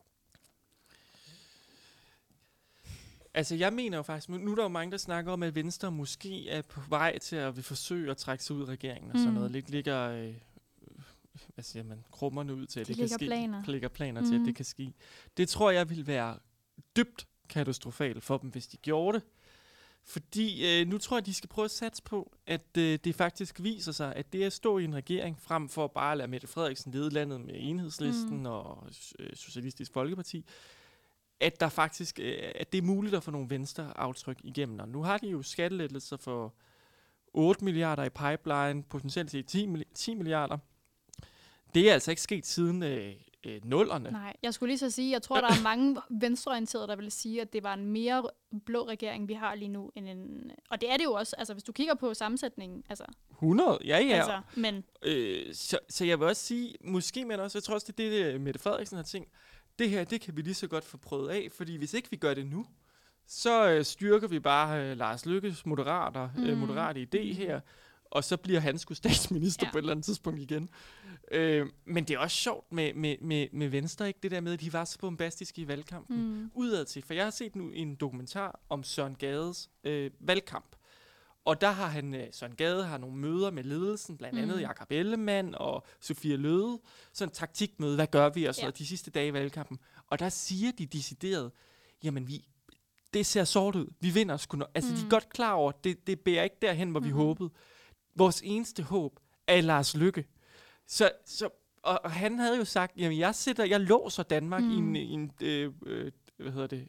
Altså, jeg mener jo faktisk, nu er der jo mange, der snakker om, at Venstre måske er på vej til at vil forsøge at trække sig ud af regeringen og sådan mm. noget. Lidt ligger, øh, hvad siger man, krummerne ud til, at De det kan ske. Planer. De ligger planer mm. til, at det kan ske. Det tror jeg vil være dybt katastrofalt for dem, hvis de gjorde det. Fordi øh, nu tror jeg, de skal prøve at satse på, at øh, det faktisk viser sig, at det at stå i en regering, frem for bare at lade Mette Frederiksen lede landet med Enhedslisten mm. og øh, Socialistisk Folkeparti, at der faktisk øh, at det er muligt at få nogle venstre aftryk igennem. Og nu har de jo skattelettelser for otte milliarder i pipeline, potentielt til ti milliarder. Det er altså ikke sket siden øh, øh, nullerne. Nej, jeg skulle lige så sige, jeg tror, der er mange venstreorienterede, der vil sige, at det var en mere blå regering, vi har lige nu. End en, og det er det jo også, altså hvis du kigger på sammensætningen. Altså, hundrede, ja ja. Altså, men. Øh, så, så jeg vil også sige, måske, men også, jeg tror også, det er det, Mette Frederiksen har tænkt, det her, det kan vi lige så godt få prøvet af, fordi hvis ikke vi gør det nu, så øh, styrker vi bare øh, Lars Løkkes moderater, mm. øh, moderate idé her, og så bliver han sgu statsminister ja. på et eller andet tidspunkt igen. Øh, men det er også sjovt med, med, med, med Venstre, ikke? Det der med, at de var så bombastiske i valgkampen. Mm. Udad til, for jeg har set nu en dokumentar om Søren Gades øh, valgkamp. Og der har han, øh, Søren Gade har nogle møder med ledelsen, blandt andet mm. Jakob Ellemann og Sofie Løde. Sådan en taktikmøde, hvad gør vi? Og så ja. de sidste dage i valgkampen. Og der siger de decideret, jamen vi, det ser sort ud. Vi vinder sgu no- Altså mm. de er godt klar over, det, det bærer ikke derhen, hvor mm. vi håbede. Vores eneste håb er Lars Løkke. Så, så, og, og han havde jo sagt, jamen jeg sætter, jeg låser Danmark mm. i en, i en øh, øh, hvad hedder det,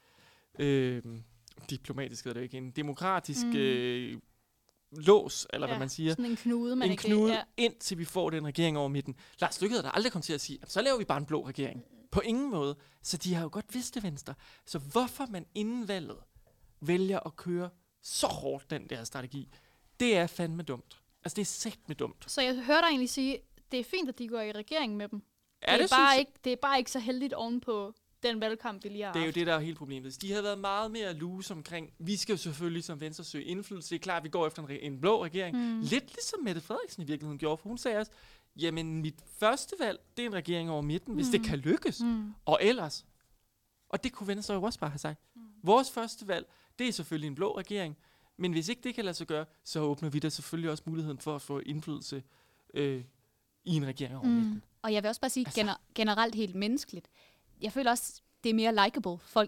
øh, diplomatisk hedder det ikke, en demokratisk mm. øh, lås, eller ja, hvad man siger. Sådan en knude, man en ikke knude, ja. indtil vi får den regering over midten. Lars Løkke havde der aldrig kommet til at sige, så laver vi bare en blå regering. På ingen måde. Så de har jo godt vidst det, Venstre. Så hvorfor man inden valget vælger at køre så hårdt den der strategi, det er fandme dumt. Altså, det er sæt med dumt. Så jeg hørte dig egentlig sige, det er fint, at de går i regering med dem. Ja, det, er det, bare ikke, det er bare ikke så heldigt ovenpå den valgkamp, vi lige har Det er haft. jo det, der er helt problemet. Hvis de havde været meget mere loose omkring, vi skal jo selvfølgelig som Venstre søge indflydelse. Det er klart, at vi går efter en, re- en blå regering. Mm. Lidt ligesom Mette Frederiksen i virkeligheden gjorde, for hun sagde også, jamen mit første valg, det er en regering over midten, mm. hvis det kan lykkes. Mm. Og ellers. Og det kunne Venstre jo også bare have sagt. Mm. Vores første valg, det er selvfølgelig en blå regering. Men hvis ikke det kan lade sig gøre, så åbner vi da selvfølgelig også muligheden for at få indflydelse øh, i en regering over mm. midten. Og jeg vil også bare sige, altså. gener- generelt helt menneskeligt. Jeg føler også, det er mere likeable folk,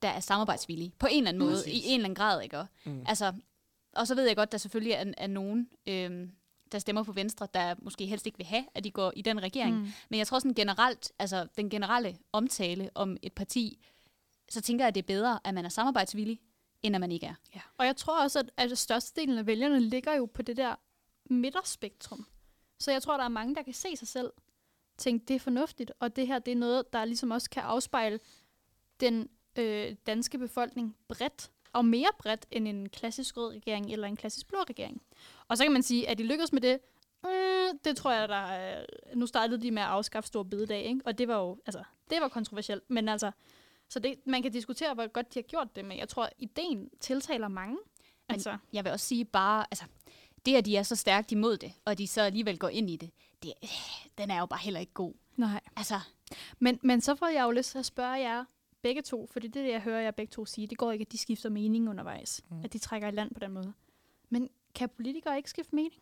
der er samarbejdsvillige. På en eller anden måde, Præcis. i en eller anden grad, ikke? Mm. Altså, og så ved jeg godt, der selvfølgelig er, er nogen, øhm, der stemmer på Venstre, der måske helst ikke vil have, at de går i den regering. Mm. Men jeg tror sådan generelt, altså den generelle omtale om et parti, så tænker jeg, at det er bedre, at man er samarbejdsvillig, end at man ikke er. Ja. Og jeg tror også, at, at størstedelen af vælgerne ligger jo på det der midterspektrum. Så jeg tror, der er mange, der kan se sig selv, tænke, det er fornuftigt, og det her, det er noget, der ligesom også kan afspejle den øh, danske befolkning bredt, og mere bredt end en klassisk rød regering eller en klassisk blå regering. Og så kan man sige, at de lykkedes med det, øh, det tror jeg, der øh, nu startede de med at afskaffe store bededag, ikke? Og det var jo, altså, det var kontroversielt, men altså, så det, man kan diskutere, hvor godt de har gjort det, men jeg tror, ideen tiltaler mange. Men Altså. jeg vil også sige bare, altså, det at de er så stærkt imod det, og de så alligevel går ind i det, det øh, den er jo bare heller ikke god. Nej. Altså, Men, men så får jeg jo lyst til at spørge jer begge to, fordi det, jeg hører jer begge to sige, det går ikke, at de skifter mening undervejs. Mm. At de trækker i land på den måde. Men kan politikere ikke skifte mening?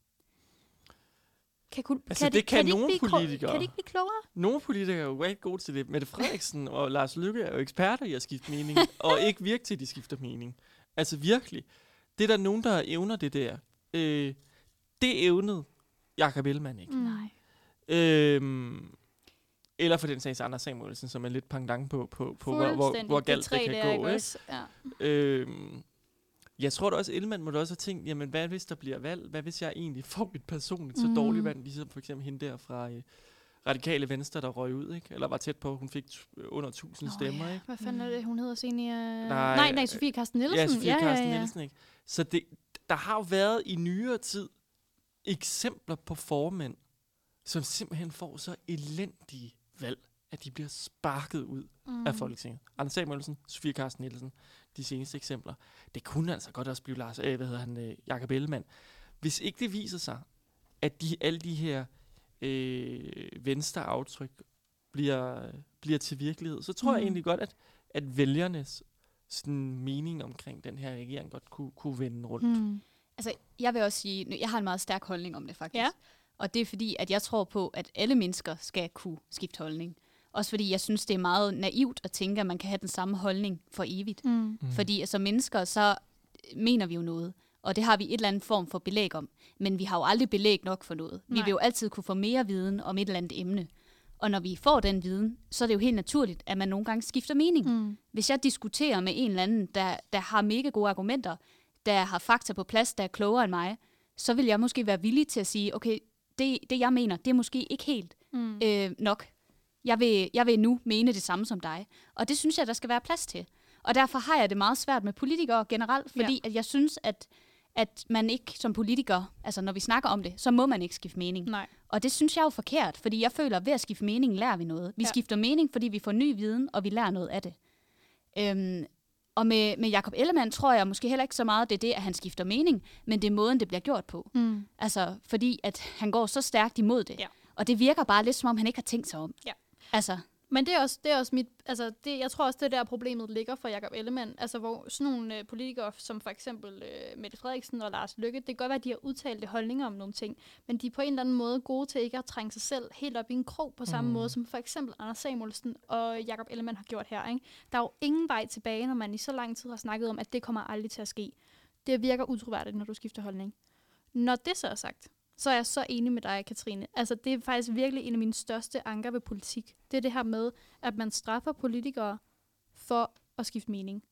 Kan, kun, Altså, kan det de, kan de nogle ikke blive, politikere. Kan de ikke blive klogere? Nogle politikere er jo rigtig gode til det. Mette Frederiksen og Lars Løkke er jo eksperter i at skifte mening, og ikke virke til, at de skifter mening. Altså virkelig. Det er der nogen, der evner det der. Øh, det evnede Jakob Ellemann ikke. Mm. Nej. Øhm, eller for den sags Anders Samuelsen, som er lidt pendant på, på, på hvor, hvor, hvor galt det kan der, gå. ikke Ikke? også? Ja. Øhm, jeg tror da også, Ellemann må da også have tænkt, jamen hvad hvis der bliver valg? Hvad hvis jeg egentlig får et personligt så Mm. dårligt valg, ligesom for eksempel hende der fra øh, Radikale Venstre, der røg ud, ikke? Eller var tæt på, hun fik t- under tusind Nå, stemmer, ja. ikke? Hvad fanden er det, hun hedder? Senia... Nej, nej, nej, Sofie Carsten Nielsen. Ja, Sofie ja, Carsten ja, ja. Nielsen, ikke? Så det, der har jo været i nyere tid eksempler på formænd, som simpelthen får så elendige valg, at de bliver sparket ud mm. af Folketinget. Anders Samuelsen, Sofie Carsten Nielsen, de seneste eksempler. Det kunne altså godt også blive Lars, øh, hvad hedder han, øh, Jakob Ellemann. Hvis ikke det viser sig, at de, alle de her øh, venstre aftryk bliver, bliver til virkelighed, så tror mm. jeg egentlig godt, at, at vælgernes sådan, mening omkring den her regering godt kunne, kunne vende rundt. Mm. altså, jeg vil også sige, jeg har en meget stærk holdning om det faktisk. Ja. Og det er fordi, at jeg tror på, at alle mennesker skal kunne skifte holdning. Også fordi jeg synes, det er meget naivt at tænke, at man kan have den samme holdning for evigt. Mm. Mm. Fordi som mennesker, så mener vi jo noget. Og det har vi et eller andet form for belæg om. Men vi har jo aldrig belæg nok for noget. Nej. Vi vil jo altid kunne få mere viden om et eller andet emne. Og når vi får den viden, så er det jo helt naturligt, at man nogle gange skifter mening. Mm. Hvis jeg diskuterer med en eller anden, der, der har mega gode argumenter, der har fakta på plads, der er klogere end mig, så vil jeg måske være villig til at sige, okay, det, det jeg mener, det er måske ikke helt mm. øh, nok. Jeg vil, jeg vil nu mene det samme som dig. Og det synes jeg, der skal være plads til. Og derfor har jeg det meget svært med politikere generelt, fordi ja. at jeg synes, at, at man ikke som politiker, altså når vi snakker om det, så må man ikke skifte mening. Nej. Og det synes jeg er jo forkert, fordi jeg føler, at ved at skifte mening, lærer vi noget. Vi ja. skifter mening, fordi vi får ny viden, og vi lærer noget af det. Øhm, og med, med Jakob Ellemann tror jeg måske heller ikke så meget, det er det, at han skifter mening, men det er måden, det bliver gjort på. Mm. Altså, fordi at han går så stærkt imod det. Ja. Og det virker bare lidt, som om han ikke har tænkt sig om. Ja. Altså. Men det er også, det er også mit, altså det, jeg tror også, det er der problemet ligger for Jakob Ellemann, altså hvor sådan nogle øh, politikere, som for eksempel øh, Mette Frederiksen og Lars Løkke, det kan godt være, at de har udtalte holdninger om nogle ting, men de er på en eller anden måde gode til ikke at trænge sig selv helt op i en krog på samme mm. måde, som for eksempel Anders Samuelsen og Jakob Ellemann har gjort her, ikke? Der er jo ingen vej tilbage, når man i så lang tid har snakket om, at det kommer aldrig til at ske. Det virker utroværdigt, når du skifter holdning. Når det så er sagt, så er jeg så enig med dig, Katrine. Altså, det er faktisk virkelig en af mine største anker ved politik. Det er det her med, at man straffer politikere for at skifte mening.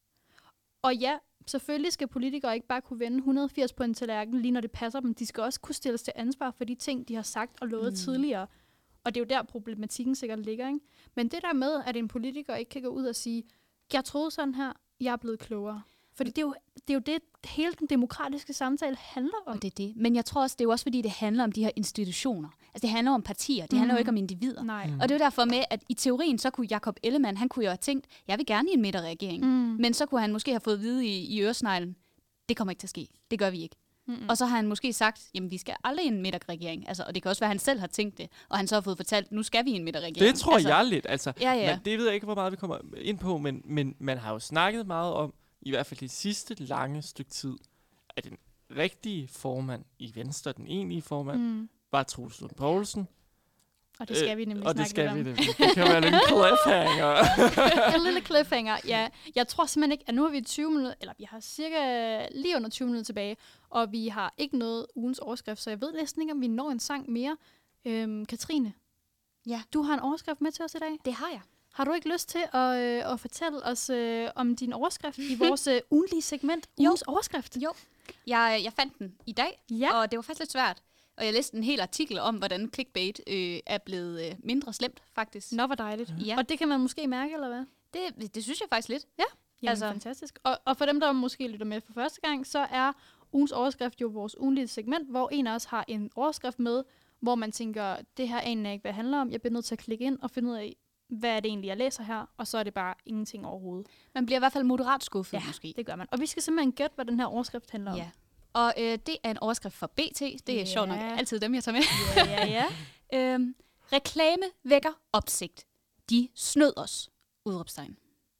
Og ja, selvfølgelig skal politikere ikke bare kunne vende et hundrede og firs på en tallerken, lige når det passer dem. De skal også kunne stilles til ansvar for de ting, de har sagt og lovet mm. tidligere. Og det er jo der, problematikken sikkert ligger, ikke? Men det der med, at en politiker ikke kan gå ud og sige, jeg troede sådan her, jeg er blevet klogere. Fordi det er, jo, det er jo det, hele den demokratiske samtale handler om. Og det er det. Men jeg tror også, det er jo også, fordi det handler om de her institutioner. Altså det handler om partier, det mm. handler jo ikke om individer. Nej. Mm. Og det er jo derfor med, at i teorien, så kunne Jakob Ellemann, han kunne jo have tænkt, jeg vil gerne i en midterregering. Mm. Men så kunne han måske have fået at vide i, i øresneglen, det kommer ikke til at ske. Det gør vi ikke. Mm-mm. Og så har han måske sagt, jamen vi skal aldrig i en midterregering. Altså, og det kan også være, at han selv har tænkt det. Og han så har fået fortalt, nu skal vi i en midterregering. Det tror altså, jeg lidt. Altså, ja, ja. Men det ved jeg ikke, hvor meget vi kommer ind på, men, men man har jo snakket meget om, i hvert fald det sidste lange stykke tid, at den rigtige formand i Venstre, den egentlige formand, mm. var Troels Lund Poulsen. Og det skal vi nemlig øh, og snakke det skal vi lidt om. nemlig. Det kan være en cliffhanger. En lille cliffhanger, ja. Jeg tror simpelthen ikke, at nu har vi tyve minutter, eller vi har cirka lige under tyve minutter tilbage, og vi har ikke noget ugens overskrift, så jeg ved næsten ikke, om vi når en sang mere. Øhm, Katrine, Ja. du har en overskrift med til os i dag. Det har jeg. Har du ikke lyst til at, øh, at fortælle os øh, om din overskrift i vores øh, ugenlige segment, Jo. ugens overskrift? Jo. Jeg, jeg fandt den i dag, Ja. og det var faktisk lidt svært. Og jeg læste en hel artikel om, hvordan clickbait øh, er blevet øh, mindre slemt, faktisk. Nå, hvor dejligt. Ja. Og det kan man måske mærke, eller hvad? Det, det synes jeg faktisk lidt. Jamen, altså. Altså- Fantastisk. Og, og for dem, der måske lytter med for første gang, så er ugens overskrift jo vores ugenlige segment, hvor en af os har en overskrift med, hvor man tænker, det her aner jeg ikke, hvad det handler om. Jeg bliver nødt til at klikke ind og finde ud af, hvad er det egentlig, jeg læser her, og så er det bare ingenting overhovedet. Man bliver i hvert fald moderat skuffet, Ja, måske. det gør man. Og vi skal simpelthen gætte, hvad den her overskrift handler om. Ja. Og øh, det er en overskrift fra B T. Det er Ja. sjovt nok altid dem, jeg tager med. Ja, ja, ja. øhm, reklame vækker opsigt. De snød os. Udråbstegn.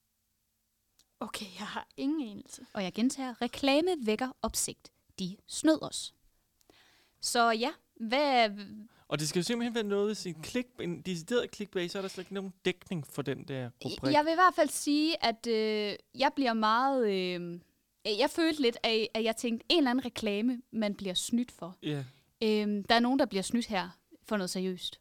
Okay, jeg har ingen anelse. Og jeg gentager. Reklame vækker opsigt. De snød os. Så ja, hvad... Og det skal jo simpelthen være noget i en, klik, en decideret clickbait, så er der slet ikke nogen dækning for den der rubrik. Jeg vil i hvert fald sige, at øh, jeg bliver meget... Øh, jeg følte lidt, af, at jeg tænkte, en eller anden reklame, man bliver snydt for. Ja. Øh, der er nogen, der bliver snydt her for noget seriøst.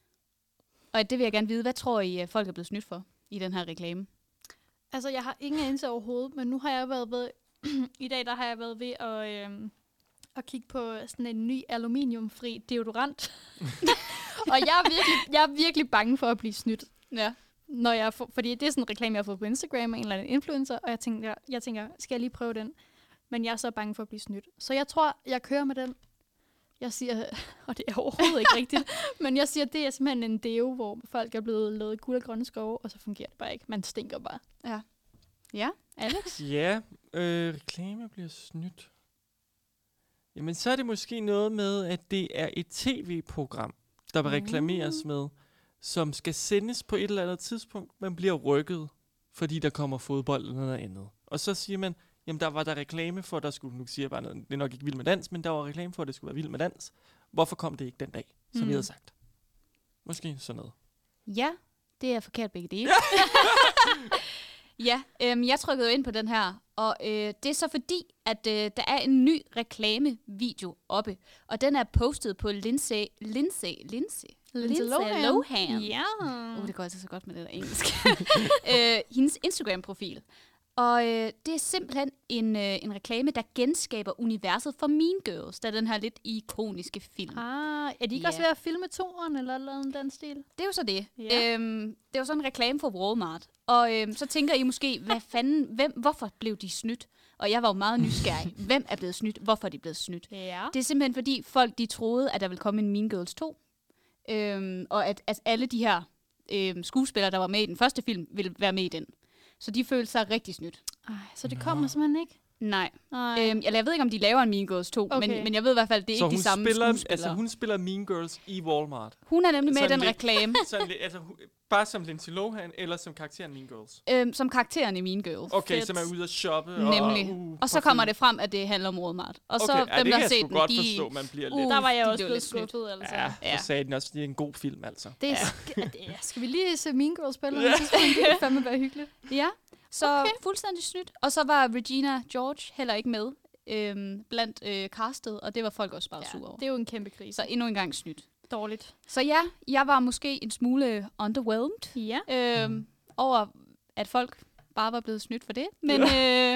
Og det vil jeg gerne vide. Hvad tror I, at folk er blevet snydt for i den her reklame? Altså, jeg har ingen anelse overhovedet, men nu har jeg været ved... I dag, der har jeg været ved at, øhm, at kigge på sådan en ny aluminiumfri deodorant. Og jeg er, virkelig, jeg er virkelig bange for at blive snydt. Ja. Når jeg får, fordi det er sådan en reklame, jeg har fået på Instagram af en eller anden influencer, og jeg tænker, jeg tænker, skal jeg lige prøve den? Men jeg er så bange for at blive snydt. Så jeg tror, jeg kører med den. Jeg siger, og det er overhovedet ikke rigtigt, men jeg siger, det er simpelthen en deo, hvor folk er blevet lavet guld og grønne skove, og så fungerer det bare ikke. Man stinker bare. Ja. Ja, Alex? Ja, øh, reklame bliver snydt. Jamen, så er det måske noget med, at det er et tv-program, der vil reklameres med, som skal sendes på et eller andet tidspunkt, men bliver rykket, fordi der kommer fodbold eller noget andet. Og så siger man, jamen der var der reklame for, der skulle, nu siger jeg bare noget, det er nok ikke Vild med Dans, men der var reklame for, at det skulle være Vild med Dans. Hvorfor kom det ikke den dag, som Mm. jeg havde sagt? Måske sådan noget. Ja, det er forkert begge dele. Ja, øhm, jeg trykkede jo ind på den her, og øh, det er så fordi, at øh, der er en ny reklamevideo oppe, og den er postet på Lindsay, Lindsay, Lindsay, Lindsay Lohan. Lohan. Ja. Uh, det går altså så godt med det der engelsk. øh, hendes Instagram-profil. Og øh, det er simpelthen en, øh, en reklame, der genskaber universet for Mean Girls, der er den her lidt ikoniske film. Ah, er de ikke Ja. også ved at filme toeren eller noget den stil? Det er jo så det. Ja. Øhm, det var sådan en reklame for Walmart. Og øhm, så tænker I måske, hvad fanden, hvem, hvorfor blev de snydt? Og jeg var jo meget nysgerrig. Hvem er blevet snydt? Hvorfor er de blevet snydt? Ja. Det er simpelthen fordi folk, de troede, at der ville komme en Mean Girls to. Øhm, og at, at alle de her øhm, skuespillere, der var med i den første film, ville være med i den. Så de følte sig rigtig snydt. Ej, så det kommer simpelthen ikke? Nej. Nej. Øhm, eller jeg ved ikke, om de laver en Mean Girls to, Okay. men, men jeg ved i hvert fald, det er Så ikke hun de samme spiller, skuespillere. altså hun spiller Mean Girls i Walmart. Hun er nemlig med i Sådan den lidt- reklame, Sådan lidt, altså, hu- bare som Lindsay Lohan, eller som karakteren Mean Girls. øhm, som karakteren i Mean Girls. Okay, Fedt. som er ude at shoppe. Nemlig. Og, uh, Og så kommer det frem, at det handler om Walmart. Og så Okay, dem, ja, det der kan har jeg set sgu den, godt de... forstå, man bliver lidt... Uh, Der var jeg de også blev blevet lidt snydt. skuffet, altså. Ja, Ja. så sagde den også, det er en god film, altså. Det er, ja. det er, skal vi lige se Mean Girls spille? Ja. Det kan fandme være hyggeligt. Ja, så Okay. fuldstændig snydt. Og så var Regina George heller ikke med øhm, blandt øh, castet, og det var folk også bare Ja, sure over. det er jo en kæmpe krise. Så endnu en gang snydt. Dårligt. Så ja, jeg var måske en smule underwhelmed Ja. øhm, Mm. over, at folk bare var blevet snydt for det. Men øh,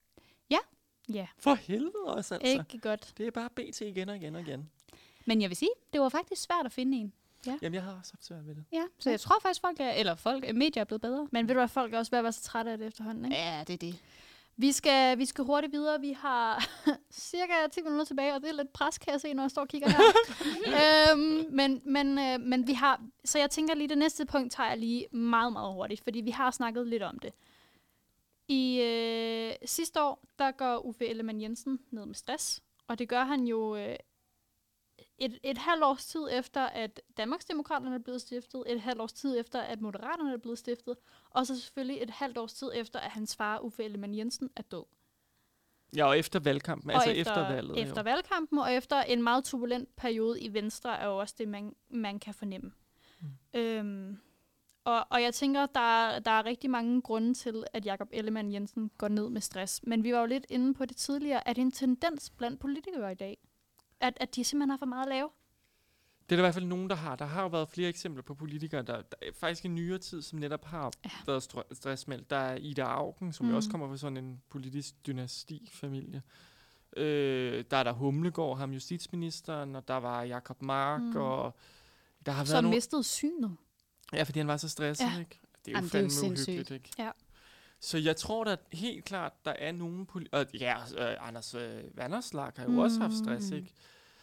Ja, For helvede også, altså. ikke godt. Det er bare B T igen og igen og igen. men jeg vil sige, det var faktisk svært at finde en. Jamen, jeg har også haft svært ved det. Ja, så jeg tror faktisk, folk er, eller folk, øh, medier er blevet bedre. Men ved du hvad, folk er også ved at være så trætte af det efterhånden, ikke? Ja, det er det. Vi skal, vi skal hurtigt videre. Vi har cirka ti minutter tilbage, og det er lidt pres, kan jeg se, når jeg står og kigger her. øhm, men, men, øh, men vi har... Så jeg tænker lige, det næste punkt tager jeg lige meget, meget hurtigt, fordi vi har snakket lidt om det. I øh, sidste år, der går Uffe Ellemann-Jensen ned med stress, og det gør han jo øh, et, et halvt års tid efter, at Danmarksdemokraterne er blevet stiftet, et halvt års tid efter, at Moderaterne er blevet stiftet, og så selvfølgelig et halvt års tid efter, at hans far, Uffe Ellemann-Jensen, er død. Ja, og efter valgkampen, Og altså efter, efter valget. Efter jo. valgkampen, og efter en meget turbulent periode i Venstre, er jo også det, man, man kan fornemme. Mm. Øhm, og, og jeg tænker, der, der er rigtig mange grunde til, at Jakob Ellemann-Jensen går ned med stress. Men vi var jo lidt inde på det tidligere. Er det en tendens blandt politikere i dag, at, at de simpelthen har for meget at lave? Det er der i hvert fald nogen, der har. Der har jo været flere eksempler på politikere, der, der faktisk i nyere tid, som netop har ja. været str- stressmeldt. Der er Ida Auken, som mm. jo også kommer fra sådan en politisk dynastifamilie. Øh, der er der Humlegård, ham justitsministeren, og der var Jakob Mark, mm. og der har så været nogle... mistet synet. Ja, fordi han var så stresset, ja. ikke? Det er jo Jamen, fandme det er jo uhyggeligt, ikke? Ja. Så jeg tror da helt klart, der er nogen... Poli- og ja, øh, Anders øh, Vanderslag har jo mm. også haft stress, ikke?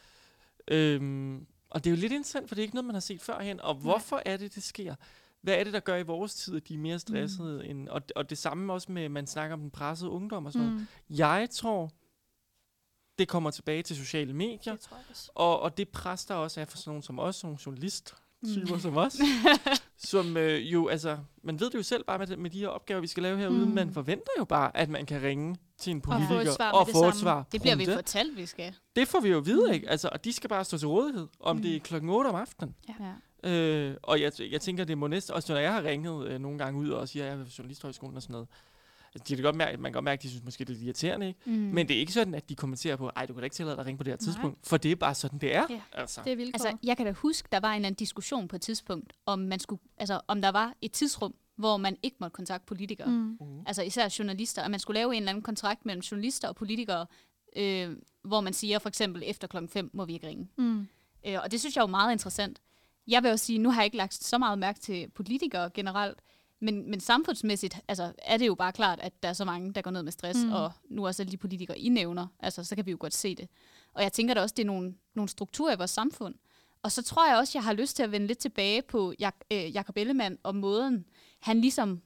Øhm, og det er jo lidt interessant, for det er ikke noget, man har set førhen. Og hvorfor Nej. er det, det sker? Hvad er det, der gør i vores tid, at de er mere stressede? Mm. End, og, og det samme også med, man snakker om den pressede ungdom og sådan mm. noget. Jeg tror, det kommer tilbage til sociale medier. Det tror jeg også. Og, og det pres, der også er for sådan nogen som os, nogle journalist-typer mm. som os. som øh, jo, altså, man ved det jo selv bare med, med de her opgaver, vi skal lave herude. Mm. Man forventer jo bare, at man kan ringe til en politiker og få et svar. Og få et svar. Det bliver vi fortalt, vi skal. Det får vi jo vide, mm. ikke? Altså, og de skal bare stå til rådighed, om mm. det er klokken otte om aftenen. Ja. Øh, og jeg, jeg tænker, det må næste... Også når jeg har ringet øh, nogle gange ud og siger, at jeg er ved journalisthøjskolen og sådan noget. Altså, de kan godt mærke, man kan godt mærke, at de synes måske, det er lidt irriterende, ikke? Mm. Men det er ikke sådan, at de kommenterer på, ej, du kan da ikke tillade dig at ringe på det her tidspunkt. Nej. For det er bare sådan, det er. Ja. Altså. Det er vilkår. Altså, jeg kan da huske, der var en eller anden diskussion på et tidspunkt, om man skulle, altså, om der var et tidsrum, hvor man ikke måtte kontakte politikere. Mm. Mm. Altså især journalister. Og man skulle lave en eller anden kontrakt mellem journalister og politikere, øh, hvor man siger, for eksempel, efter klokken fem må vi ikke ringe. Mm. Øh, og det synes jeg er jo meget interessant. Jeg vil jo sige, nu har jeg ikke lagt så meget mærke til politikere generelt, men, men samfundsmæssigt altså, er det jo bare klart, at der er så mange, der går ned med stress, mm. og nu også alle de politikere, I nævner, altså, så kan vi jo godt se det. Og jeg tænker da også, det er nogle, nogle strukturer i vores samfund. Og så tror jeg også, jeg har lyst til at vende lidt tilbage på Jak- øh, Jakob Ellemann og måden, han ligesom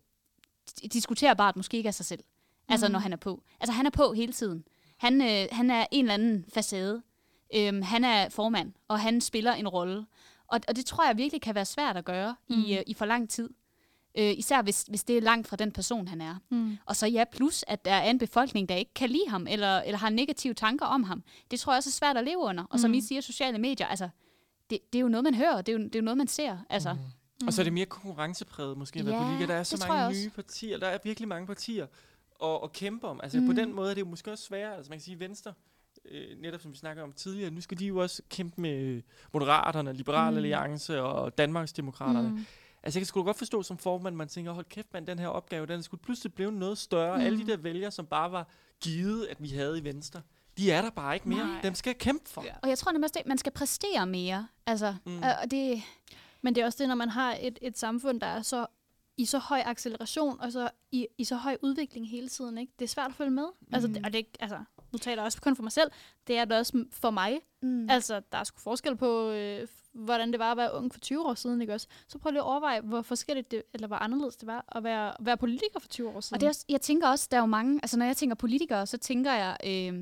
diskuterbart måske ikke af sig selv. Mm. Altså, når han er på. Altså, han er på hele tiden. Han, øh, han er en eller anden facade. Øhm, han er formand, og han spiller en rolle. Og, og det tror jeg virkelig kan være svært at gøre mm. i, øh, i for lang tid. Øh, især hvis, hvis det er langt fra den person, han er. Mm. Og så ja, plus at der er en befolkning, der ikke kan lide ham, eller, eller har negative tanker om ham. Det tror jeg også er svært at leve under. Og som mm. I siger, sociale medier, altså, det, det er jo noget, man hører, det er jo, det er jo noget, man ser. Altså. Mm. Mm. Og så er det mere konkurrencepræget måske, at ja, være politiker. Der er så mange nye partier, der er virkelig mange partier at, at kæmpe om. Altså mm. på den måde er det jo måske også sværere. Altså man kan sige, Venstre, øh, netop som vi snakker om tidligere, nu skal de jo også kæmpe med Moderaterne, Liberal mm. Alliance og Danmarksdemokraterne. Mm. Altså jeg kan sgu godt forstå som formand, man tænker, hold kæft mand, den her opgave, den skulle pludselig blive noget større. Mm. Alle de der vælgere, som bare var givet, at vi havde i Venstre, de er der bare ikke mere. Nej. Dem skal jeg kæmpe for. Ja. Og jeg tror nemlig også, at man skal præstere mere. Altså, mm. og det... Men det er også det, når man har et, et samfund, der er så i så høj acceleration, og så i, i så høj udvikling hele tiden. Ikke? Det er svært at følge med. Mm. Altså, det, og det, altså, nu taler jeg også kun for mig selv. Det er det også for mig. Mm. Altså, der er sgu forskel på, øh, hvordan det var at være ung for tyve år siden. Ikke også? Så prøv lige at overveje, hvor forskelligt det, eller hvor anderledes det var at være, være politiker for tyve år siden. Og det er også, jeg tænker også, der er jo mange, altså når jeg tænker politikere, så tænker jeg, øh,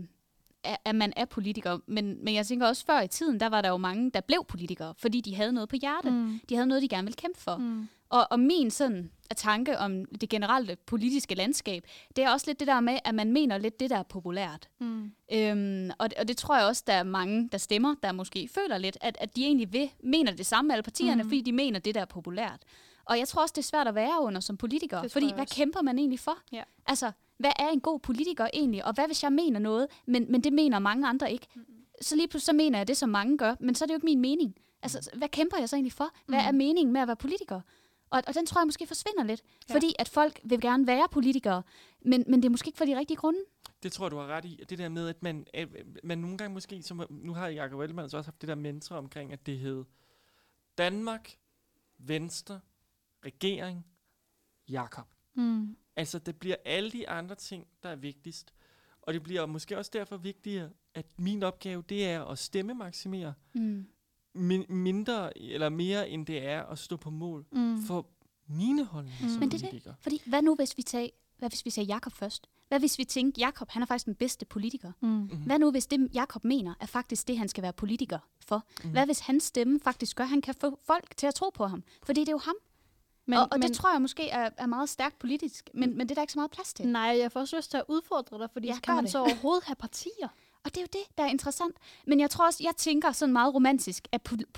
at man er politiker. Men, men jeg tænker også, før i tiden, der var der jo mange, der blev politikere, fordi de havde noget på hjertet. Mm. De havde noget, de gerne ville kæmpe for. Mm. Og, og min sådan tanke om det generelle politiske landskab, det er også lidt det der med, at man mener lidt det, der er populært. Mm. Øhm, og, det, og det tror jeg også, der er mange, der stemmer, der måske føler lidt, at, at de egentlig vil, mener det samme med alle partierne, mm. fordi de mener det, der er populært. Og jeg tror også, det er svært at være under som politiker, fordi hvad kæmper man egentlig for? Ja. Altså, hvad er en god politiker egentlig? Og hvad hvis jeg mener noget, men, men det mener mange andre ikke? Mm. Så lige pludselig så mener jeg det, som mange gør, men så er det jo ikke min mening. Altså, hvad kæmper jeg så egentlig for? Hvad mm. er meningen med at være politiker? Og, og den tror jeg måske forsvinder lidt, ja. Fordi at folk vil gerne være politikere, men, men det er måske ikke for de rigtige grunde. Det tror jeg, du har ret i. Det der med, at man, at man nogle gange måske, som, nu har Jakob Ellemann også haft det der mentor omkring, at det hed Danmark, Venstre, regering, Jakob. Mm. Altså, det bliver alle de andre ting, der er vigtigst. Og det bliver måske også derfor vigtigere, at min opgave, det er at stemmemaksimere. Mm. Min, mindre eller mere, end det er at stå på mål mm. for mine holdninger mm. som Men det er politiker. Det. Fordi, hvad nu, hvis vi tager, hvad hvis vi tager Jakob først? Hvad hvis vi tænker, Jakob, han er faktisk den bedste politiker? Mm. Mm-hmm. Hvad nu, hvis det, Jakob mener, er faktisk det, han skal være politiker for? Mm. Hvad hvis hans stemme faktisk gør, at han kan få folk til at tro på ham? Fordi det er jo ham. Men, og og men, det tror jeg måske er, er meget stærkt politisk, men, men det er der ikke så meget plads til. Nej, jeg får også lyst til at udfordre dig, fordi ja, kan man det. Så overhovedet have partier? Og det er jo det, der er interessant. Men jeg tror også, jeg tænker sådan meget romantisk, at po- po-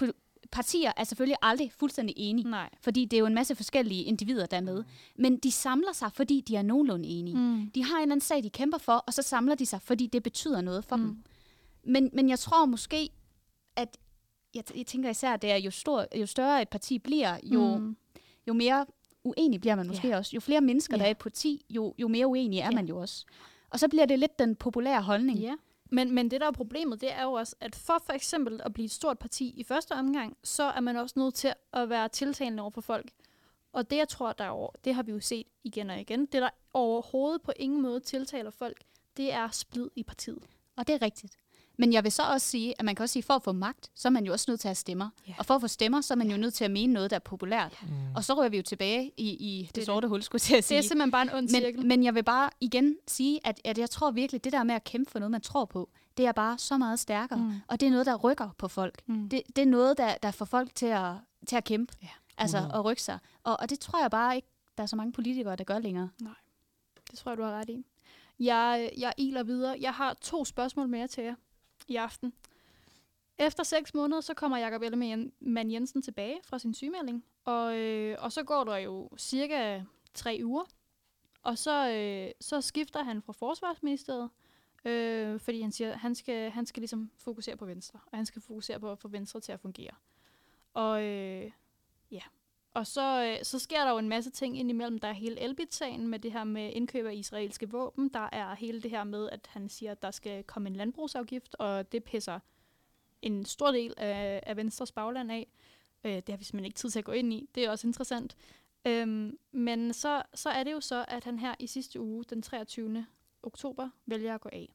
partier er selvfølgelig aldrig fuldstændig enige. Nej. Fordi det er jo en masse forskellige individer, der er med. Men de samler sig, fordi de er nogenlunde enige. Mm. De har en eller anden sag, de kæmper for, og så samler de sig, fordi det betyder noget for Mm. dem. Men, men jeg tror måske, at jeg, jeg tænker især, det er jo, stor, jo større et parti bliver, jo, Mm. jo mere uenig bliver man måske Ja. også. Jo flere mennesker, Ja. der er i et parti, jo, jo mere uenig er Ja. man jo også. Og så bliver det lidt den populære holdning. Ja. Men, men det, der er problemet, det er jo også, at for for eksempel at blive et stort parti i første omgang, så er man også nødt til at være tiltalende over for folk. Og det, jeg tror, der er over, det har vi jo set igen og igen, det, der overhovedet på ingen måde tiltaler folk, det er splid i partiet. Og det er rigtigt. Men jeg vil så også sige, at man kan også sige, at for at få magt, så er man jo også nødt til at have stemmer. Ja. Og for at få stemmer, så er man jo nødt til at mene noget, der er populært. Mm. Og så rører vi jo tilbage i, i det, det. sorte hul, skulle jeg til at Det sige. er simpelthen bare en ond cirkel. Men, men jeg vil bare igen sige, at, at jeg tror virkelig, det der med at kæmpe for noget, man tror på, det er bare så meget stærkere. Mm. Og det er noget, der rykker på folk. Mm. Det, det er noget, der, der får folk til at, til at kæmpe. Ja. Altså hundrede. at rykke sig. Og, og det tror jeg bare ikke, der er så mange politikere, der gør længere. Det tror jeg, du har ret i. Jeg, jeg iler videre. Jeg har to spørgsmål mere til jer i aften. Efter seks måneder, så kommer Jakob Ellemann Jensen tilbage fra sin sygemelding. Og, øh, og så går der jo cirka tre uger. Og så, øh, så skifter han fra Forsvarsministeriet, øh, fordi han siger, at han skal, han skal ligesom fokusere på Venstre. Og han skal fokusere på at få Venstre til at fungere. Og øh, ja, og så, øh, så sker der jo en masse ting indimellem. Der er hele Elbit-sagen med det her med indkøb af israelske våben. Der er hele det her med, at han siger, at der skal komme en landbrugsafgift, og det pisser en stor del af, af Venstres bagland af. Øh, det har vi simpelthen ikke tid til at gå ind i. Det er også interessant. Øhm, men så, så er det jo så, at han her i sidste uge, den treogtyvende oktober, vælger at gå af.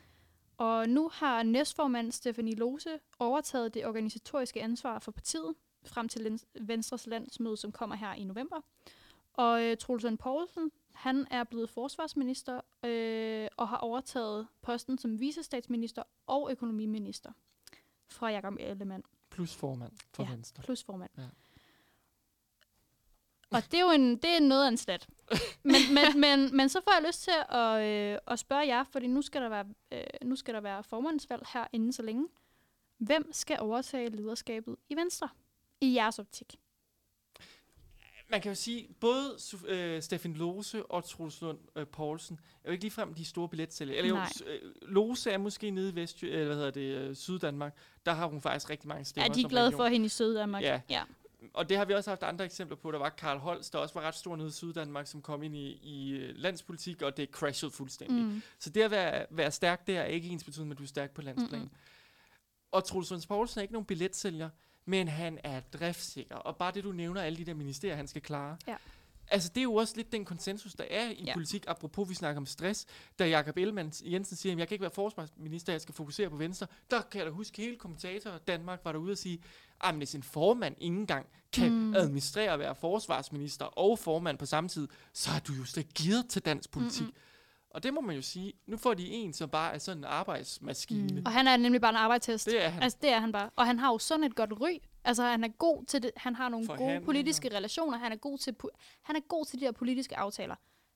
Og nu har næstformand Stephanie Lose overtaget det organisatoriske ansvar for partiet, frem til Venstres landsmøde, som kommer her i november. Og øh, Troels Lund Poulsen, han er blevet forsvarsminister øh, og har overtaget posten som vicestatsminister og økonomiminister fra Jakob Ellemann. Plus formand for Ja. Venstre. Plus formand. Ja. Og det er jo en, det er noget af en slat. Men, men, men, men så får jeg lyst til at, øh, at spørge jer, fordi nu skal der være, øh, nu skal der være formandsvalg her inden så længe. Hvem skal overtage lederskabet i Venstre? I jeres optik. Man kan jo sige, både øh, Steffen Lose og Troels Lund øh, Poulsen er jo ikke ligefrem de store billetsælgere. Eller jo, Nej. øh, Lose er måske nede i Vest, øh, hvad hedder det, øh, Syddanmark. Der har hun faktisk rigtig mange stemmer. Er de som glade region. for hende i Syddanmark? Ja. ja. Og det har vi også haft andre eksempler på. Der var Karl Holst, der også var ret stor nede i Syddanmark, som kom ind i, i landspolitik, og det crashede fuldstændig. Mm. Så det at være, være stærk, det er ikke ens betydende, at du er stærk på landsplan. Mm-mm. Og Troels Lund Poulsen er ikke nogen billetsælger, men han er driftsikker. Og bare det, du nævner, alle de der ministerier, han skal klare. Ja. Altså, det er jo også lidt den konsensus, der er i Ja. politik. Apropos, vi snakker om stress. Da Jakob Ellemann Jensen siger, at jeg kan ikke være forsvarsminister, jeg skal fokusere på Venstre. Der kan jeg da huske, hele kommentator Danmark var derude og sige, at hvis en formand ikke engang kan Mm. mm. administrere at være forsvarsminister og formand på samme tid, så er du jo slet ikke gearet til dansk politik. Mm-mm. Og det må man jo sige. Nu får de en, som bare er sådan en arbejdsmaskine. Mm. Og han er nemlig bare en arbejdstest. Det er han. Altså, det er han bare. Og han har jo sådan et godt ry. Altså, han er god til det. Han har nogle Forhandlinger. gode politiske relationer. Han er god til, po- han er god til de her politiske aftaler.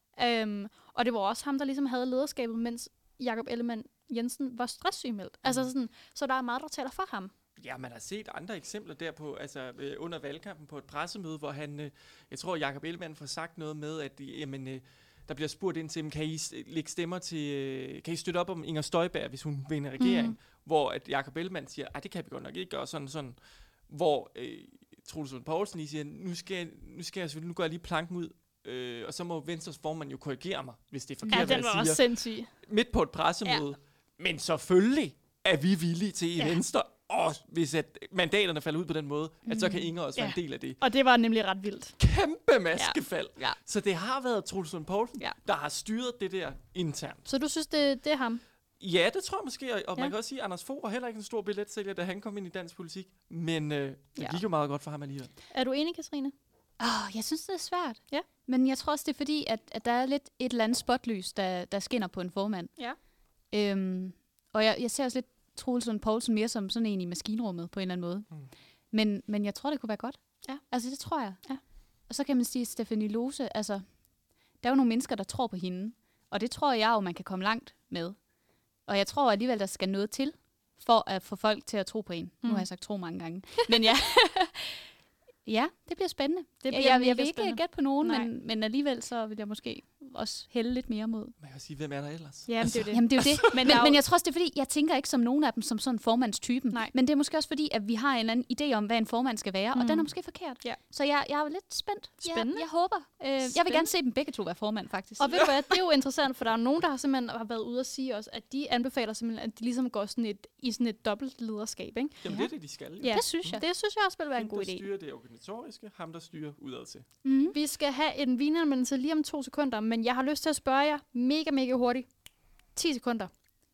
Um, og det var også ham, der ligesom havde lederskabet, mens Jakob Ellemann Jensen var stresssygemeldt. Altså sådan, så der er meget, der taler for ham. Ja, man har set andre eksempler derpå, altså øh, under valgkampen på et pressemøde, hvor han, øh, jeg tror, Jakob Ellemann får sagt noget med, at øh, jamen, øh, der bliver spurgt ind til, kan I s- lægge stemmer til, øh, kan I støtte op om Inger Støjberg, hvis hun vinder regering? Mm. Hvor at Jakob Ellemann siger, at det kan vi godt nok ikke gøre sådan sådan. Hvor øh, Troels Lund Poulsen lige siger, nu skal, jeg, nu skal jeg selvfølgelig, nu går jeg lige planken ud, øh, og så må Venstres formand jo korrigere mig, hvis det er forkert, Ja, hvad den jeg var siger. også sindssyg. Midt på et pressemøde. Ja. Men selvfølgelig er vi villige til i Ja. Venstre, og hvis at mandaterne falder ud på den måde, mm. at så kan Inger også være Ja. en del af det. Og det var nemlig ret vildt. Kæmpe maskefald. Ja. Så det har været Troels Lund Poulsen, Ja. der har styret det der internt. Så du synes, det, det er ham? Ja, det tror jeg måske, og, og Ja. man kan også sige, at Anders Fogh var heller ikke en stor billetsælger, da han kom ind i dansk politik, men øh, det Ja. gik jo meget godt for ham alligevel. Er du enig, Katrine? Oh, jeg synes, det er svært. Ja. Men jeg tror også, det er fordi, at, at der er lidt et eller andet spotlys, der, der skinner på en formand. Ja. Øhm, og jeg, jeg ser også lidt Troels Lund Poulsen mere som sådan en i maskinrummet på en eller anden måde. Mm. Men, men jeg tror, det kunne være godt. Ja. Altså, det tror jeg. Ja. Og så kan man sige, at Stephanie Lose, altså, der er jo nogle mennesker, der tror på hende. Og det tror jeg jo, man kan komme langt med. Og jeg tror alligevel, der skal noget til, for at få folk til at tro på en. Mm. Nu har jeg sagt tro mange gange. Men ja, ja, det bliver spændende. Det bliver jeg, jeg, mega jeg vil spændende. ikke gætte på nogen, Nej. men, men alligevel så vil jeg måske også hælde lidt mere mod. Man kan sige, hvem er der ellers? Ja, men det er jo det. Jamen det er jo det. men, der er jo- men jeg tror også, det er fordi, jeg tænker ikke som nogen af dem som sådan formandstypen. Nej. Men det er måske også fordi, at vi har en eller anden idé om, hvad en formand skal være, mm. og den er måske forkert. Ja. Så jeg, jeg er lidt spændt. Spændende. Jeg, jeg håber. Øh, jeg vil Spændende. gerne se dem begge to være formand, faktisk. Og ved du hvad, det er jo interessant, for der er nogen, der har simpelthen har været ude og sige også, at de anbefaler simpelthen, at de ligesom går sådan et, i sådan et dobbelt lederskab, ikke? Jamen, Ja. det er det, de skal. Jo. Ja, det synes jeg. Det synes jeg også vil være en Hende, god der idé. styrer det organisatoriske, ham, der styrer udad til. Mm. Vi skal have en vinanmeldelse lige om to sekunder, men jeg har lyst til at spørge jer mega, mega hurtigt. ti sekunder.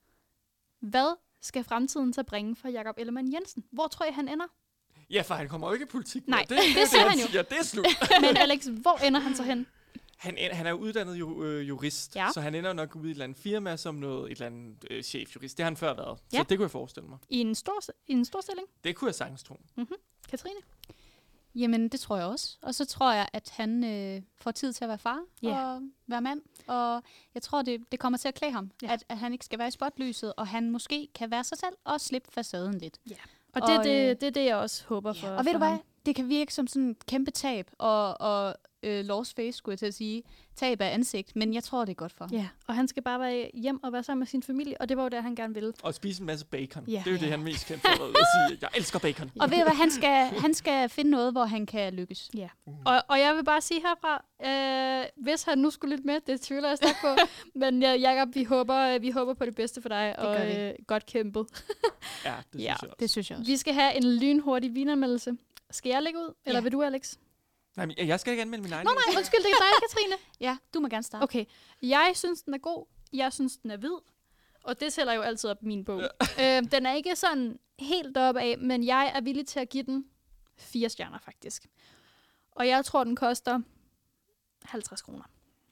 Hvad skal fremtiden så bringe for Jakob Ellemann Jensen? Hvor tror I, han ender? Ja, for han kommer jo ikke i politik. Nej, mere. det det, siger han jo. Siger. Det er slut. Men Alex, hvor ender han så hen? Han, en- han er uddannet ju, øh, jurist, Ja. så han ender nok ude i et eller andet firma som noget, et eller andet øh, chefjurist. Det har han før været, Ja. så det kunne jeg forestille mig. I en stor, i en stor stilling? Det kunne jeg sagtens tro. Katrine? Jamen, det tror jeg også. Og så tror jeg, at han øh, får tid til at være far Ja. og være mand. Og jeg tror, det, det kommer til at klæde ham, Ja. at, at han ikke skal være i spotlyset, og han måske kan være sig selv og slippe facaden lidt. Og det, er Og, det, øh, det er det, jeg også håber for, Og ved for du hvad? ham. Det kan virke som sådan et kæmpe tab, og, og øh, lost face, skulle jeg til at sige. Tab af ansigt, men jeg tror, det er godt for ham. Ja, og han skal bare være hjem og være sammen med sin familie, og det var jo det, han gerne ville. Og spise en masse bacon. Ja. Det er jo det, Ja. han er mest kendt for at sige. Jeg elsker bacon. Og ved du hvad? Han skal, han skal finde noget, hvor han kan lykkes. Ja. Mm. Og, og jeg vil bare sige herfra, øh, hvis han nu skulle lidt med, det tvivler jeg stærkt på, men ja, Jacob, vi håber, vi håber på det bedste for dig, Det og gør vi. øh, godt kæmpet. Ja, det Ja, synes jeg også. Det synes jeg også. Vi skal have en lynhurtig vinanmeldelse. Skal jeg lægge ud, eller Ja. vil du, Alex? Nej, men jeg skal ikke anmelde min egen. Nå nej, undskyld, det er dig, Katrine. Ja, du må gerne starte. Okay, jeg synes, den er god. Jeg synes, den er hvid. Og det tæller jo altid op i min bog. øh, den er ikke sådan helt deroppe af, men jeg er villig til at give den fire stjerner, faktisk. Og jeg tror, den koster halvtreds kroner.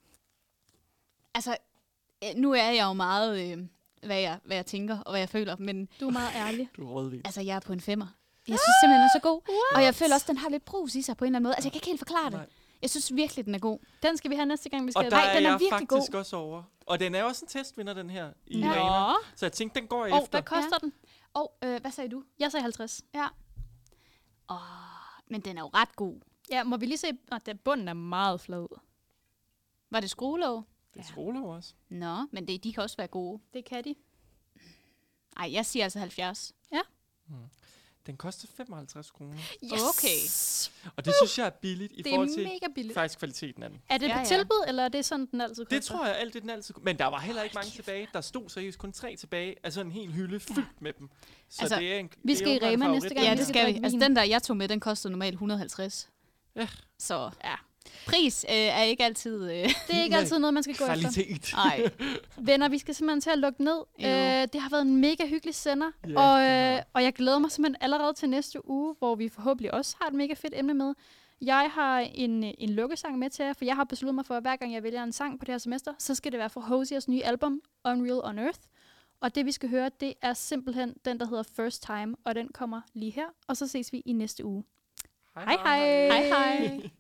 Altså, øh, nu er jeg jo meget, øh, hvad, jeg, hvad jeg tænker og hvad jeg føler, men Du er meget ærlig. Du er rødvin. altså, jeg er på en femmer. Jeg synes simpelthen, den er så god. What? Og jeg føler også, den har lidt brus i sig på en eller anden måde. Altså, jeg kan ikke helt forklare det. Nej. Jeg synes virkelig, den er god. Den skal vi have næste gang, vi skal Og der have. Nej, er den er jeg virkelig faktisk god. også over. Og den er også en testvinder, den her, i Ja. Rema. Så jeg tænkte, den går jeg Og efter. hvad koster den? Og øh, hvad sagde du? Jeg sagde halvtreds. Ja. Åh, men den er jo ret god. Ja, må vi lige se? Nå, den bunden er meget flad. Var det skruelåg? Det er skruelåg også. Nå, men det, de kan også være gode. Det kan de. Ej, jeg siger altså halvfjerds. Den koster femoghalvtreds kroner. Yes! Okay. Og det synes jeg er billigt i Det forhold er til mega billigt. faktisk kvaliteten af den. Er det Ja, på ja. tilbud, eller er det sådan, den altid koster? Det tror jeg alt det, den altid... Men der var heller ikke mange tilbage. Der stod seriøst kun tre tilbage. Altså en hel hylde fyldt med dem. Så Altså, det er en, vi det er skal i åbenbart en Rema favorit. næste gang, Ja, vi det skal skal vi. drikke Altså, vin. den der, jeg tog med, den kostede normalt et hundrede og halvtreds. Ja. Så Ja. pris øh, er ikke altid... Øh, Det er ikke Nej. altid noget, man skal gå efter. Kvalitet. nej. Venner, vi skal simpelthen til at lukke ned. Jo. Øh, det har været en mega hyggelig sender. Ja, og, det øh, har. og jeg glæder mig simpelthen allerede til næste uge, hvor vi forhåbentlig også har et mega fedt emne med. Jeg har en, en lukkesang med til jer, for jeg har besluttet mig for, at hver gang jeg vælger en sang på det her semester, så skal det være fra Hosiers nye album, Unreal on Earth. Og det, vi skal høre, det er simpelthen den, der hedder First Time, og den kommer lige her. Og så ses vi i næste uge. Hej hej! Hej hej.